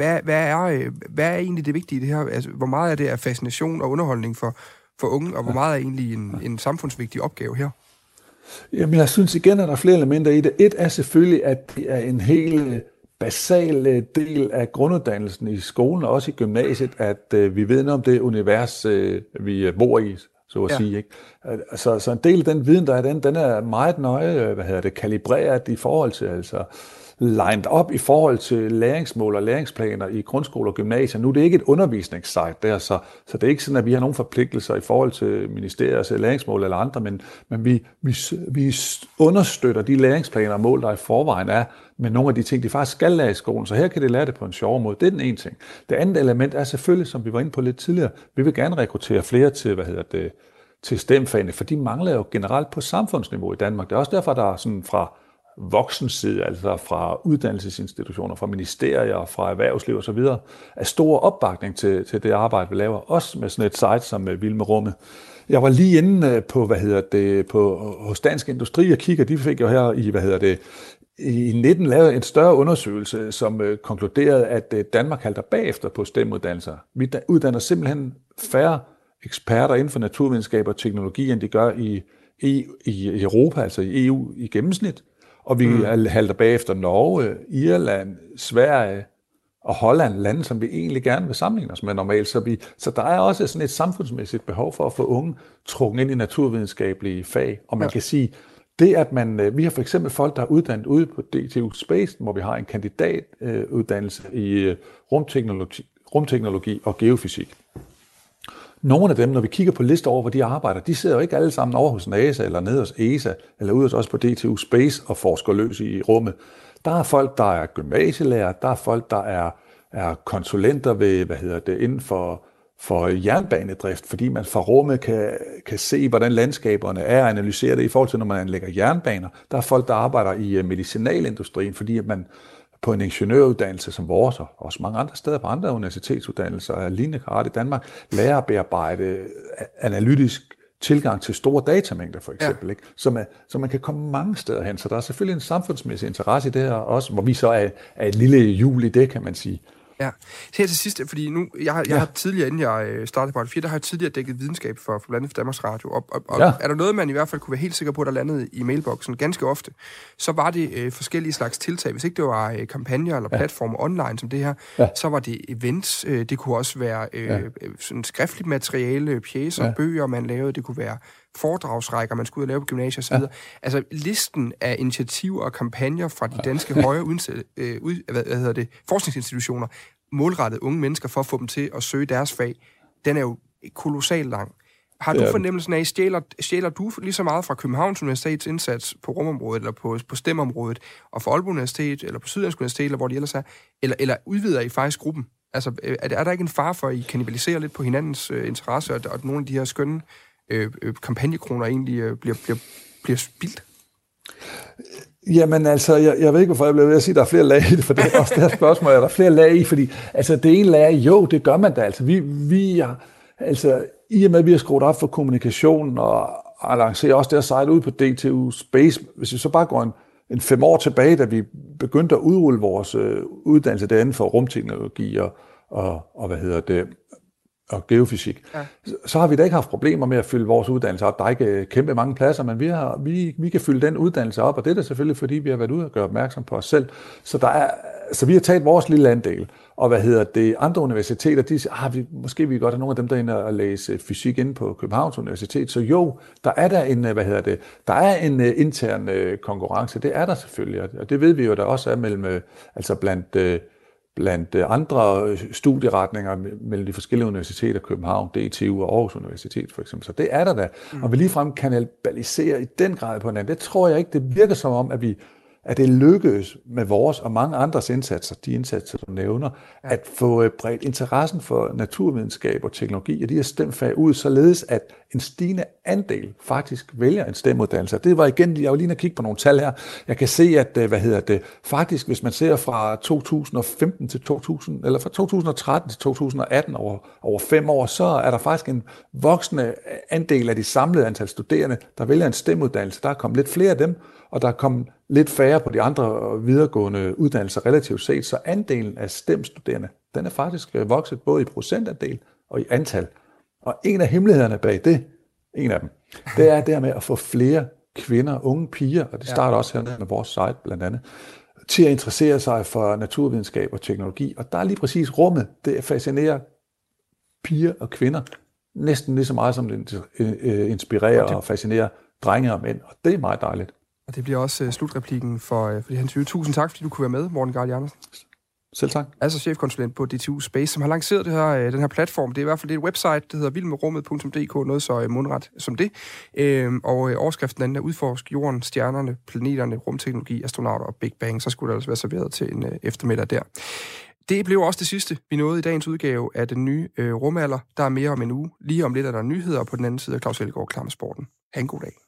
hvad er egentlig det vigtige i det her? Altså, hvor meget er det af fascination og underholdning for unge, og hvor meget er egentlig en samfundsvigtig opgave her? Jamen, jeg synes igen, at der er flere elementer i det. Et er selvfølgelig, at det er en helt basal del af grunduddannelsen i skolen, og også i gymnasiet, at vi ved noget om det univers, vi bor i, så at sige. Ikke? Så en del af den viden, der er den er meget nøje, kalibreret i forhold til, altså lined op i forhold til læringsmål og læringsplaner i grundskole og gymnasier. Nu er det ikke et undervisningssite der, så det er ikke sådan, at vi har nogle forpligtelser i forhold til ministeriets læringsmål eller andre, men vi understøtter de læringsplaner og mål, der i forvejen er, med nogle af de ting, de faktisk skal lære i skolen. Så her kan de lære det på en sjov måde. Det er den ene ting. Det andet element er selvfølgelig, som vi var inde på lidt tidligere, vi vil gerne rekruttere flere til, til STEM-fagene, for de mangler jo generelt på samfundsniveau i Danmark. Det er også derfor, der er sådan fra voksenside, altså fra uddannelsesinstitutioner, fra ministerier, fra erhvervsliv osv., er stor opbakning til det arbejde, vi laver, også med sådan et site som Vild med Rummet. Jeg var lige inde på, hos Dansk Industri og kigger, de fik jo her i 19 lavet en større undersøgelse, som konkluderede, at Danmark halter bagefter på STEM-uddannelser. Vi uddanner simpelthen færre eksperter inden for naturvidenskab og teknologi, end de gør i Europa, altså i EU i gennemsnit. Og vi halter bagefter Norge, Irland, Sverige og Holland, lande, som vi egentlig gerne vil sammenligne os med normalt. Så der er også sådan et samfundsmæssigt behov for at få unge trukket ind i naturvidenskabelige fag. Og man kan sige, det at vi har for eksempel folk, der er uddannet ude på DTU Space, hvor vi har en kandidatuddannelse i rumteknologi og geofysik. Nogle af dem, når vi kigger på lister over, hvor de arbejder, de sidder jo ikke alle sammen over hos NASA, eller nede hos ESA, eller ude hos os på DTU Space og forsker løs i rummet. Der er folk, der er gymnasielærer, der er folk, der er konsulenter ved, inden for jernbanedrift, fordi man fra rummet kan se, hvordan landskaberne er, analysere det i forhold til, når man anlægger jernbaner. Der er folk, der arbejder i medicinalindustrien, fordi at man på en ingeniøruddannelse som vores, og også mange andre steder på andre universitetsuddannelser af lignende karat i Danmark, lærer at bearbejde analytisk tilgang til store datamængder for eksempel. Ikke? Så man kan komme mange steder hen. Så der er selvfølgelig en samfundsmæssig interesse i det her også, hvor vi så er et lille hjul i det, kan man sige. Ja, her til sidst, fordi nu, jeg har tidligere, inden jeg startede på Radio 4, der har jeg tidligere dækket videnskab for blandt andet for Danmarks Radio, og er der noget, man i hvert fald kunne være helt sikker på, der landede i mailboksen ganske ofte, så var det forskellige slags tiltag. Hvis ikke det var kampagner eller platformer online som det her, så var det events, det kunne også være sådan skriftligt materiale, pjecer, bøger, man lavede, det kunne være foredragsrækker, man skulle ud og lave på gymnasier og så videre. Altså listen af initiativer og kampagner fra de danske højere forskningsinstitutioner, målrettet unge mennesker for at få dem til at søge deres fag, den er jo kolossalt lang. Har du fornemmelsen af, stjæler du lige så meget fra Københavns Universitets indsats på rumområdet, eller på STEM-området, og for Aalborg Universitet, eller på Syddansk Universitet, eller hvor de ellers er, eller udvider I faktisk gruppen? Altså, er der ikke en fare for, at I kannibaliserer lidt på hinandens interesse, og at nogle af de her skønne kampagnekroner egentlig bliver spildt? Jamen altså, jeg ved ikke, hvorfor jeg blev ved at sige, at der er flere lag i det, for det er også det her spørgsmål, er der flere lag i, fordi altså det ene lag, jo, det gør man da, altså vi er, altså i og med, at vi har skruet op for kommunikation og lancerer også det her site ud på DTU Space, hvis vi så bare går en 5 år tilbage, da vi begyndte at udrulle vores uddannelse derinde for rumteknologi og geofysik, så har vi da ikke haft problemer med at fylde vores uddannelse op. Der er ikke kæmpe mange pladser, men vi kan fylde den uddannelse op, og det er da selvfølgelig, fordi vi har været ude og gøre opmærksom på os selv. Så vi har taget vores lille andel, og andre universiteter, de siger, måske vi godt have nogle af dem, der er inde og læse fysik inde på Københavns Universitet, så jo, der er der en intern konkurrence, det er der selvfølgelig, og det ved vi jo, der også er mellem, altså blandt blandt andre studieretninger mellem de forskellige universiteter, København, DTU og Aarhus Universitet for eksempel. Så det er der da. Og vi ligefrem kannibaliserer i den grad på hinanden. Det tror jeg ikke, det virker som om, at det lykkedes med vores og mange andres indsatser, de indsatser, du nævner, at få bredt interessen for naturvidenskab og teknologi og de her STEM-fag ud, således at en stigende andel faktisk vælger en STEM-uddannelse. Det var igen, jeg var lige at kigge på nogle tal her. Jeg kan se, at faktisk, hvis man ser fra 2015 til 2000, eller fra 2013 til 2018 over 5 år, så er der faktisk en voksende andel af de samlede antal studerende, der vælger en STEM-uddannelse. Der er kommet lidt flere af dem, og der er kommet lidt færre på de andre videregående uddannelser relativt set, så andelen af STEM-studerende, den er faktisk vokset både i procentandel og i antal. Og en af hemmelighederne bag det, en af dem, det er der med at få flere kvinder, unge piger, og det starter også hernede med vores site blandt andet, til at interessere sig for naturvidenskab og teknologi. Og der er lige præcis rummet, det fascinerer piger og kvinder næsten lige så meget, som det inspirerer og fascinerer drenge og mænd, og det er meget dejligt. Og det bliver også slutreplikken for det her interview. Tusind tak, fordi du kunne være med, Morten Garli Andersen. Selv tak. Altså chefkonsulent på DTU Space, som har lanceret den her platform. Det er i hvert fald et website, det hedder vildmedrummet.dk, noget så mundret som det. Og overskriften den er udforsk jorden, stjernerne, planeterne, rumteknologi, astronauter og Big Bang. Så skulle der altså være serveret til en eftermiddag der. Det blev også det sidste, vi nåede i dagens udgave af den nye rumalder. Der er mere om en uge. Lige om lidt er der nyheder, og på den anden side er Claus Elgaard klar med sporten. Ha' en god dag.